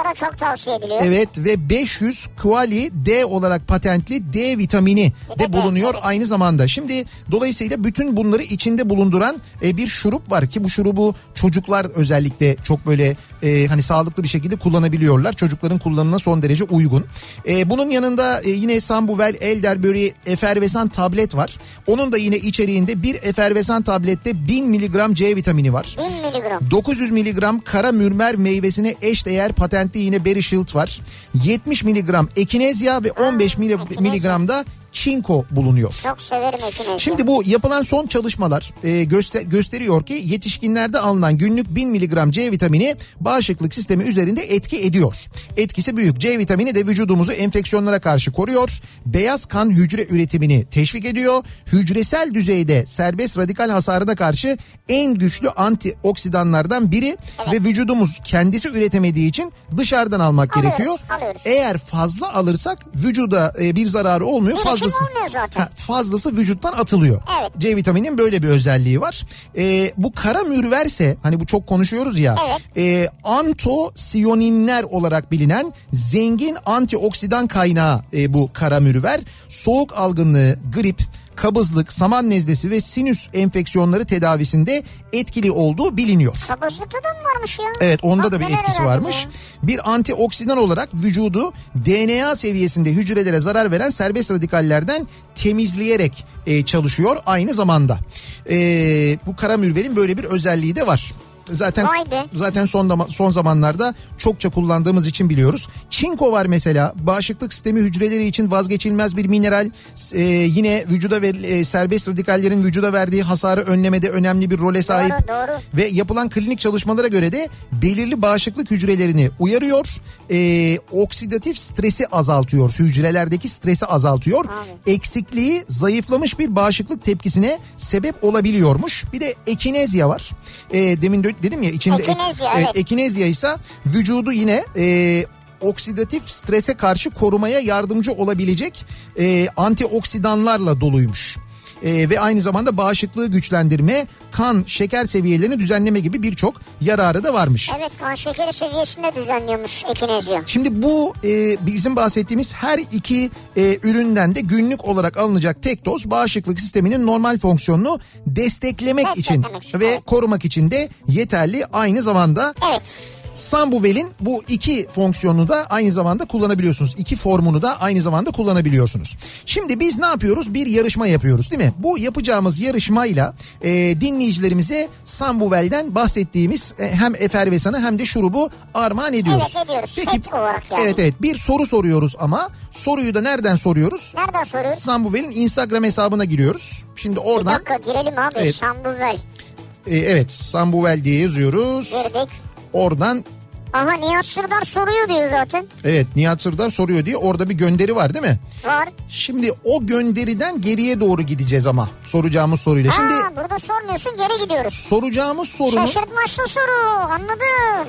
tavsiye ediliyor. Evet ve beş yüz Kuali D olarak patentli D vitamini de, de bulunuyor evet. Aynı zamanda. Şimdi dolayısıyla bütün bunları içinde bulunduran e, bir şurup var ki bu şurubu çocuklar özellikle çok böyle e, hani sağlıklı bir şekilde kullanabiliyorlar. Çocukların kullanımına son derece uygun. E, bunun yanında e, yine Sambuvel Elderberry efervesan tablet var. Onun da yine içeriğinde bir efervesan tablette bin miligram C vitamini var. bin miligram. dokuz yüz miligram kara mürmer meyvesine eşdeğer patentli yine Berry Shield var. yetmiş miligram ekinezya ve on beş miligram da çinko bulunuyor. Çok severim ekinezya. Şimdi bu yapılan son çalışmalar e, göster- gösteriyor ki yetişkinlerde alınan günlük bin miligram C vitamini bağışıklık sistemi üzerinde etki ediyor. Etkisi büyük. C vitamini de vücudumuzu enfeksiyonlara karşı koruyor. Beyaz kan hücre üretimini teşvik ediyor. Hücresel düzeyde serbest radikal hasarına karşı en güçlü antioksidanlardan biri evet. Ve vücudumuz kendisi üretemediği için dışarıdan almak alıyoruz, gerekiyor. Alıyoruz. Eğer fazla alırsak vücuda e, bir zararı olmuyor. Fazla Ha, fazlası vücuttan atılıyor. Evet. C vitaminin böyle bir özelliği var. Ee, bu kara mürverse hani bu çok konuşuyoruz ya. Evet. E, antosiyoninler olarak bilinen zengin antioksidan kaynağı e, bu kara mürver. Soğuk algınlığı, grip, kabızlık, saman nezlesi ve sinüs enfeksiyonları tedavisinde etkili olduğu biliniyor. Kabızlıkta da mı varmış ya? Evet onda Bak, da bir etkisi varmış. Ya. Bir antioksidan olarak vücudu D N A seviyesinde hücrelere zarar veren serbest radikallerden temizleyerek e, çalışıyor aynı zamanda. E, bu kara mürverin böyle bir özelliği de var. Zaten zaten son son zamanlarda çokça kullandığımız için biliyoruz. Çinko var mesela. Bağışıklık sistemi hücreleri için vazgeçilmez bir mineral. Ee, yine vücuda ve e, serbest radikallerin vücuda verdiği hasarı önlemede önemli bir role sahip. Doğru, doğru. Ve yapılan klinik çalışmalara göre de belirli bağışıklık hücrelerini uyarıyor. Ee, oksidatif stresi azaltıyor. Hücrelerdeki stresi azaltıyor. Abi. Eksikliği zayıflamış bir bağışıklık tepkisine sebep olabiliyormuş. Bir de ekinezya var. Ee, demin de dedim ya içinde ekinezya, ek, evet. e, ekinezya ise vücudu yine e, oksidatif strese karşı korumaya yardımcı olabilecek e, antioksidanlarla doluymuş. E, ve aynı zamanda bağışıklığı güçlendirme, kan, şeker seviyelerini düzenleme gibi birçok yararı da varmış. Evet, kan şekeri seviyesinde düzenliyormuş ekinezya. Şimdi bu e, bizim bahsettiğimiz her iki e, üründen de günlük olarak alınacak tek doz bağışıklık sisteminin normal fonksiyonunu desteklemek, desteklemek için evet. Ve korumak için de yeterli aynı zamanda. Evet. Sambuvel'in bu iki fonksiyonunu da aynı zamanda kullanabiliyorsunuz. İki formunu da aynı zamanda kullanabiliyorsunuz. Şimdi biz ne yapıyoruz? Bir yarışma yapıyoruz değil mi? Bu yapacağımız yarışmayla e, dinleyicilerimize Sambuvel'den bahsettiğimiz e, hem efervesanı hem de şurubu armağan ediyoruz. Evet ediyoruz. Peki, set olarak yani. Evet evet bir soru soruyoruz ama soruyu da nereden soruyoruz? Nereden soruyoruz? Sambuvel'in Instagram hesabına giriyoruz. Şimdi oradan. Bir dakika girelim abi evet. Sambuvel. E, evet Sambuvel diye yazıyoruz. Girdik. Oradan. Aha Nihat Sırdar soruyor diyor zaten. Evet Nihat Sırdar soruyor diye orada bir gönderi var değil mi? Var. Şimdi o gönderiden geriye doğru gideceğiz ama soracağımız soruyla. Ha, Şimdi burada sormuyorsun geri gidiyoruz. Soracağımız sorunun. Şaşırtmaçlı soru anladım.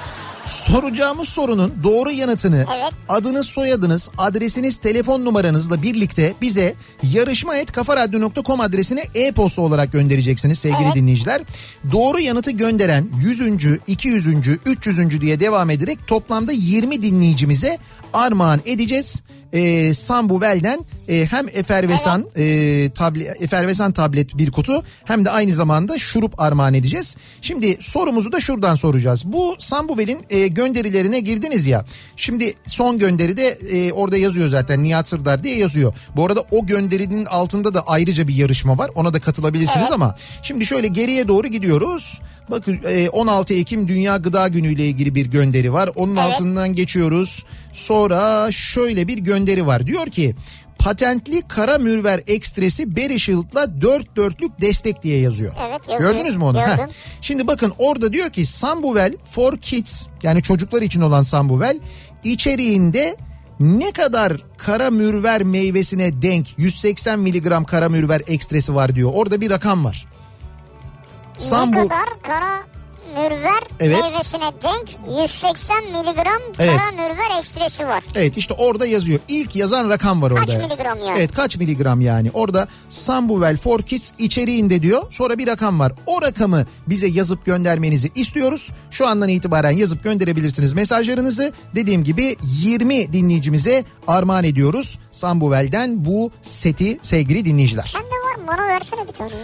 Soracağımız sorunun doğru yanıtını evet. Adınız, soyadınız, adresiniz, telefon numaranızla birlikte bize yarışma et kafaradyo nokta com adresine e-posta olarak göndereceksiniz sevgili evet. dinleyiciler. Doğru yanıtı gönderen yüzüncü, iki yüzüncü, üç yüzüncü diye devam ederek toplamda yirmi dinleyicimize armağan edeceğiz. E, Sambuvel'den e, hem efervesan evet. e, tablet, efervesan tablet bir kutu hem de aynı zamanda şurup armağan edeceğiz. Şimdi sorumuzu da şuradan soracağız. Bu Sambuvel'in e, gönderilerine girdiniz ya. Şimdi son gönderide e, orada yazıyor zaten Nihat Sırdar diye yazıyor. Bu arada o gönderinin altında da ayrıca bir yarışma var. Ona da katılabilirsiniz evet. Ama şimdi şöyle geriye doğru gidiyoruz. Bakın e, on altı Ekim Dünya Gıda Günü ile ilgili bir gönderi var. Onun evet. altından geçiyoruz. Sonra şöyle bir gönderi var. Diyor ki patentli kara mürver ekstresi Berry Shield'la dört dörtlük destek diye yazıyor. Evet, yazıyor. Gördünüz mü onu? Heh. Şimdi bakın orada diyor ki Sambuvel for Kids yani çocuklar için olan Sambuvel içeriğinde ne kadar kara mürver meyvesine denk yüz seksen miligram kara mürver ekstresi var diyor. Orada bir rakam var. Sambu... Ne kadar kara mürver Evet. meyvesine denk yüz seksen miligram Evet. kara mürver ekstresi var. Evet, işte orada yazıyor. İlk yazan rakam var orada. Kaç miligram yani? Evet, kaç miligram yani. Orada Sambuvel for Kids içeriğinde diyor. Sonra bir rakam var. O rakamı bize yazıp göndermenizi istiyoruz. Şu andan itibaren yazıp gönderebilirsiniz mesajlarınızı. Dediğim gibi yirmi dinleyicimize armağan ediyoruz Sambuvel'den bu seti sevgili dinleyiciler. Bende var mı? Bana versene bir tane ya.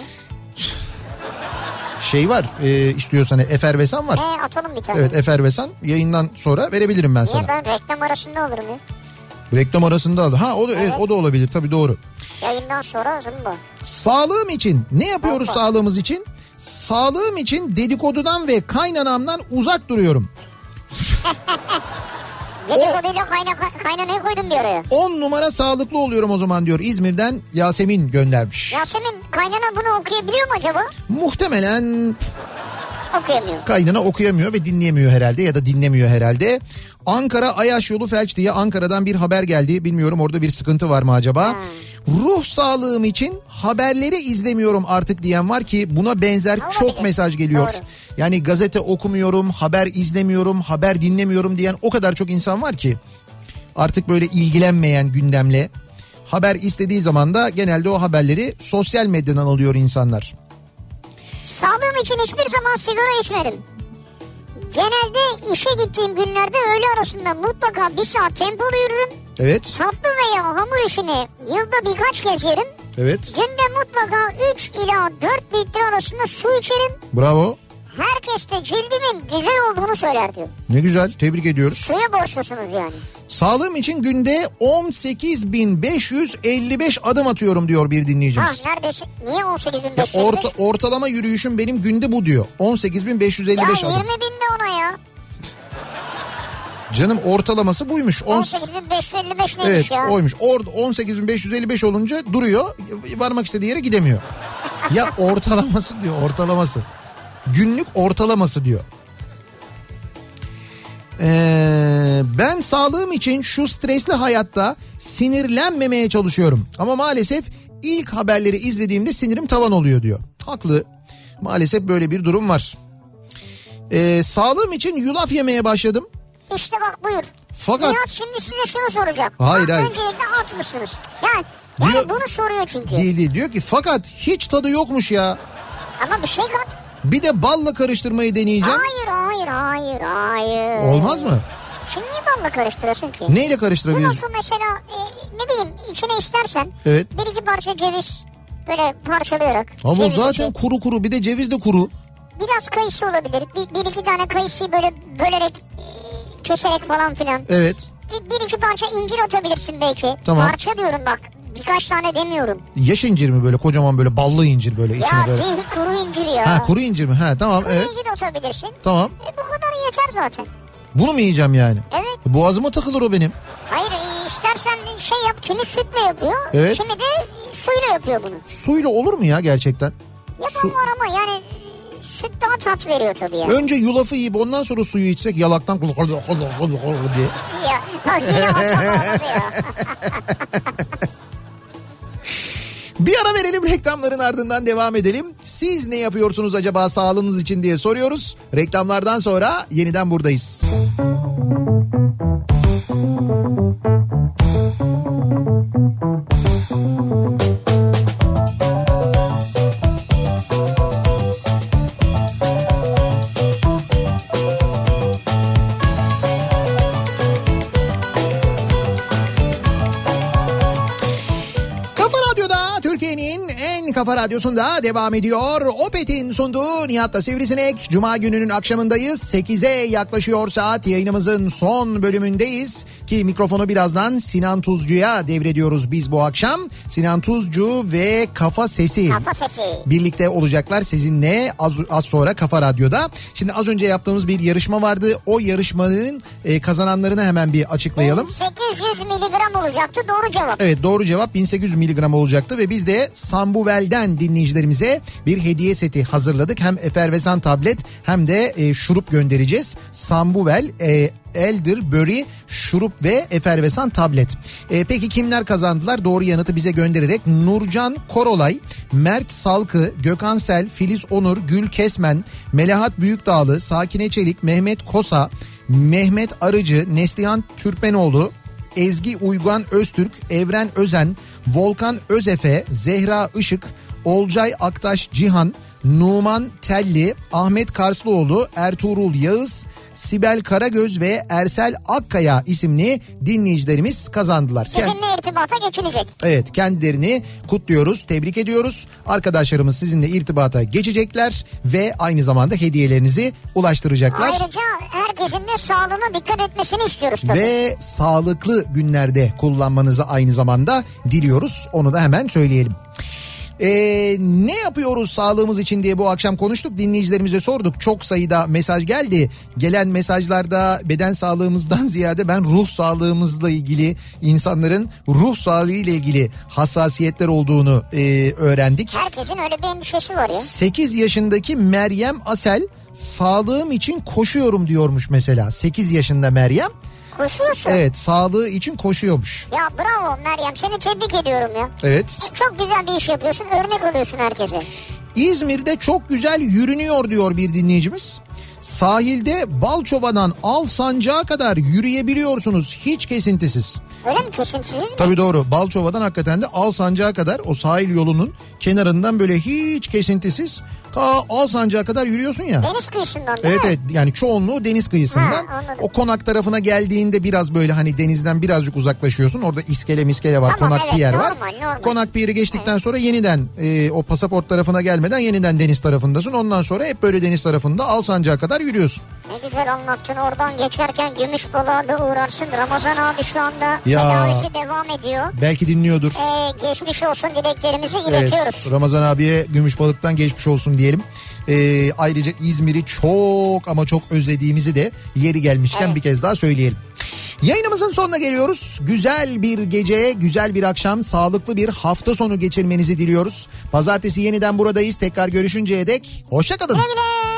Şey var, e, istiyorsan efervesan var. He, atalım bir tane. Evet, efervesan yayından sonra verebilirim ben Niye, sana. ben reklam arasında alırım ya. Reklam arasında aldı. Ha o da, evet. Evet, o da olabilir tabii, doğru. Yayından sonra zımba. Sağlığım için ne yapıyoruz? Hoppa. Sağlığımız için? Sağlığım için dedikodudan ve kaynanamdan uzak duruyorum. Dedikoduyla kayna, kaynanayı koydum bir araya. on numara sağlıklı oluyorum o zaman diyor. İzmir'den Yasemin göndermiş. Yasemin, kaynana bunu okuyabiliyor mu acaba? Muhtemelen Okuyamıyor. kaynana okuyamıyor ve dinleyemiyor herhalde, ya da dinlemiyor herhalde. Ankara Ayaş yolu felç diye Ankara'dan bir haber geldi. Bilmiyorum orada bir sıkıntı var mı acaba? Hmm. Ruh sağlığım için haberleri izlemiyorum artık diyen var ki buna benzer Olabilir. çok mesaj geliyor. Doğru. Yani gazete okumuyorum, haber izlemiyorum, haber dinlemiyorum diyen o kadar çok insan var ki artık böyle ilgilenmeyen gündemle. Haber istediği zaman da genelde o haberleri sosyal medyadan alıyor insanlar. Sağlığım için hiçbir zaman sigara içmedim. Genelde işe gittiğim günlerde öğle arasında mutlaka bir saat tempolu yürürüm. Evet. Tatlı veya hamur işini yılda birkaç kez yerim. Evet. Günde mutlaka üç ila dört litre arasında su içerim. Bravo. Herkes de cildimin güzel olduğunu söyler diyor. Ne güzel, tebrik ediyoruz. Suya borçlusunuz yani. Sağlığım için günde on sekiz bin beş yüz elli beş adım atıyorum diyor bir dinleyicimiz. Ha, neredesin? Niye on sekiz bin Ya beş yüz elli beş? orta, ortalama yürüyüşüm benim günde bu diyor. on sekiz bin beş yüz elli beş Ya adım. yirmi bin de ona ya. Canım ortalaması buymuş. on sekiz bin beş yüz elli beş neymiş evet, ya? oymuş. Orada on sekiz bin beş yüz elli beş olunca duruyor. Varmak istediği yere gidemiyor. Ya ortalaması diyor, ortalaması. Günlük ortalaması diyor. Ee, ben sağlığım için şu stresli hayatta sinirlenmemeye çalışıyorum. Ama maalesef ilk haberleri izlediğimde sinirim tavan oluyor diyor. Haklı. Maalesef böyle bir durum var. Ee, sağlığım için yulaf yemeye başladım. İşte bak buyur. Fakat... Nihat şimdi size şunu soracak. Hayır, bak, hayır. Öncelikle at mısınız? Yani, yani Diyor- bunu soruyor çünkü. Değil değil, diyor ki fakat hiç tadı yokmuş ya. Ama bir şey kat. Bir de balla karıştırmayı deneyeceğim. Hayır hayır hayır hayır. Olmaz mı? Şimdi niye balla karıştırıyorsun ki? Neyle Bu karıştırabiliyorsun? lafı mesela e, ne bileyim içine istersen Evet. bir iki parça ceviz böyle parçalayarak. Ama ceviz zaten içi, kuru kuru, bir de ceviz de kuru. biraz kayısı olabilir. Bir, bir iki tane kayısıyı böyle bölerek e, keserek falan filan. Evet. Bir, bir iki parça incir atabilirsin belki. Tamam. Parça diyorum bak. Birkaç tane demiyorum. Yaş incir mi böyle, kocaman böyle ballı incir böyle içine Ya böyle. değil, kuru incir ya. Ha, kuru incir mi? Ha tamam, Kuru evet. incir atabilirsin. Tamam. E, bu kadar yeter zaten. Bunu mu yiyeceğim yani? Evet. Boğazıma takılır o benim. Hayır e, istersen şey yap. Kimi sütle yapıyor. Evet. Kimi de suyla yapıyor bunu. Suyla olur mu ya gerçekten? Yapan Su- var ama yani e, süt daha tat veriyor tabii yani. Önce yulafı yiyip ondan sonra suyu içsek yalaktan diye. Ya bak yine atamadı ya. Bir ara verelim, reklamların ardından devam edelim. Siz ne yapıyorsunuz acaba sağlığınız için diye soruyoruz. Reklamlardan sonra yeniden buradayız. Kafa Radyosu'nda devam ediyor. Opet'in sunduğu Nihat'la Sivrisinek. Cuma gününün akşamındayız. sekize yaklaşıyor saat. Yayınımızın son bölümündeyiz. Ki mikrofonu birazdan Sinan Tuzcu'ya devrediyoruz biz bu akşam. Sinan Tuzcu ve Kafa Sesi. Kafa Sesi. Birlikte olacaklar sizinle az, az sonra Kafa Radyo'da. Şimdi az önce yaptığımız bir yarışma vardı. O yarışmanın e, kazananlarını hemen bir açıklayalım. bin sekiz yüz miligram olacaktı, doğru cevap. Evet, doğru cevap bin sekiz yüz miligram olacaktı ve biz de Sambuvel'den Efel'den dinleyicilerimize bir hediye seti hazırladık. Hem efervesan tablet hem de e, şurup göndereceğiz. Sambuvel, e, elderberry, şurup ve efervesan tablet. E, peki kimler kazandılar? Doğru yanıtı bize göndererek Nurcan Korolay, Mert Salkı, Gökhan Sel, Filiz Onur, Gül Kesmen, Melahat Büyükdağlı, Sakine Çelik, Mehmet Kosa, Mehmet Arıcı, Neslihan Türkmenoğlu, Ezgi Uygan Öztürk, Evren Özen, Volkan Özefe, Zehra Işık, Olcay Aktaş Cihan, Numan Telli, Ahmet Karslıoğlu, Ertuğrul Yağız, Sibel Karagöz ve Ersel Akkaya isimli dinleyicilerimiz kazandılar. Sizinle irtibata geçilecek. Evet, kendilerini kutluyoruz, tebrik ediyoruz. Arkadaşlarımız sizinle irtibata geçecekler ve aynı zamanda hediyelerinizi ulaştıracaklar. Ayrıca herkesin de sağlığına dikkat etmesini istiyoruz tabii. Ve sağlıklı günlerde kullanmanızı aynı zamanda diliyoruz. Onu da hemen söyleyelim. Ee, ne yapıyoruz sağlığımız için diye bu akşam konuştuk. Dinleyicilerimize sorduk. Çok sayıda mesaj geldi. Gelen mesajlarda beden sağlığımızdan ziyade ben ruh sağlığımızla ilgili, insanların ruh sağlığı ile ilgili hassasiyetler olduğunu e, öğrendik. Herkesin öyle bir endişesi var ya. sekiz yaşındaki Meryem Asel sağlığım için koşuyorum diyormuş mesela. sekiz yaşında Meryem. Koşuyorsun. Evet, sağlığı için koşuyormuş. Ya bravo Meryem, seni tebrik ediyorum ya. Evet. E, çok güzel bir iş yapıyorsun, örnek oluyorsun herkese. İzmir'de çok güzel yürünüyor diyor bir dinleyicimiz. Sahilde Balçova'dan Alsancak'a kadar yürüyebiliyorsunuz hiç kesintisiz. Öyle mi, kesintisiz mi? Tabii doğru. Balçova'dan hakikaten de Alsancak'a kadar o sahil yolunun kenarından böyle hiç kesintisiz ta Alsancak'a kadar yürüyorsun ya. Deniz kıyısından değil evet, mi? Evet, yani çoğunluğu deniz kıyısından. Ha, o konak tarafına geldiğinde biraz böyle hani denizden birazcık uzaklaşıyorsun. Orada iskele miskele var, tamam, konak evet, piyer normal, var. Normal. Konak piyeri geçtikten evet. sonra yeniden e, o pasaport tarafına gelmeden yeniden deniz tarafındasın. Ondan sonra hep böyle deniz tarafında Alsancak'a kadar yürüyorsun. Ne güzel anlattın, oradan geçerken Gümüşbalık'a da uğrarsın. Ramazan abi şu anda ya, tedavisi devam ediyor. Belki dinliyordur. Ee, geçmiş olsun dileklerimizi evet, iletiyoruz. Ramazan abiye Gümüşbalık'tan geçmiş olsun diyelim. Ee, ayrıca İzmir'i çok ama çok özlediğimizi de yeri gelmişken evet. bir kez daha söyleyelim. Yayınımızın sonuna geliyoruz. Güzel bir gece, güzel bir akşam, sağlıklı bir hafta sonu geçirmenizi diliyoruz. Pazartesi yeniden buradayız. Tekrar görüşünceye dek hoşça kalın. Güle güle.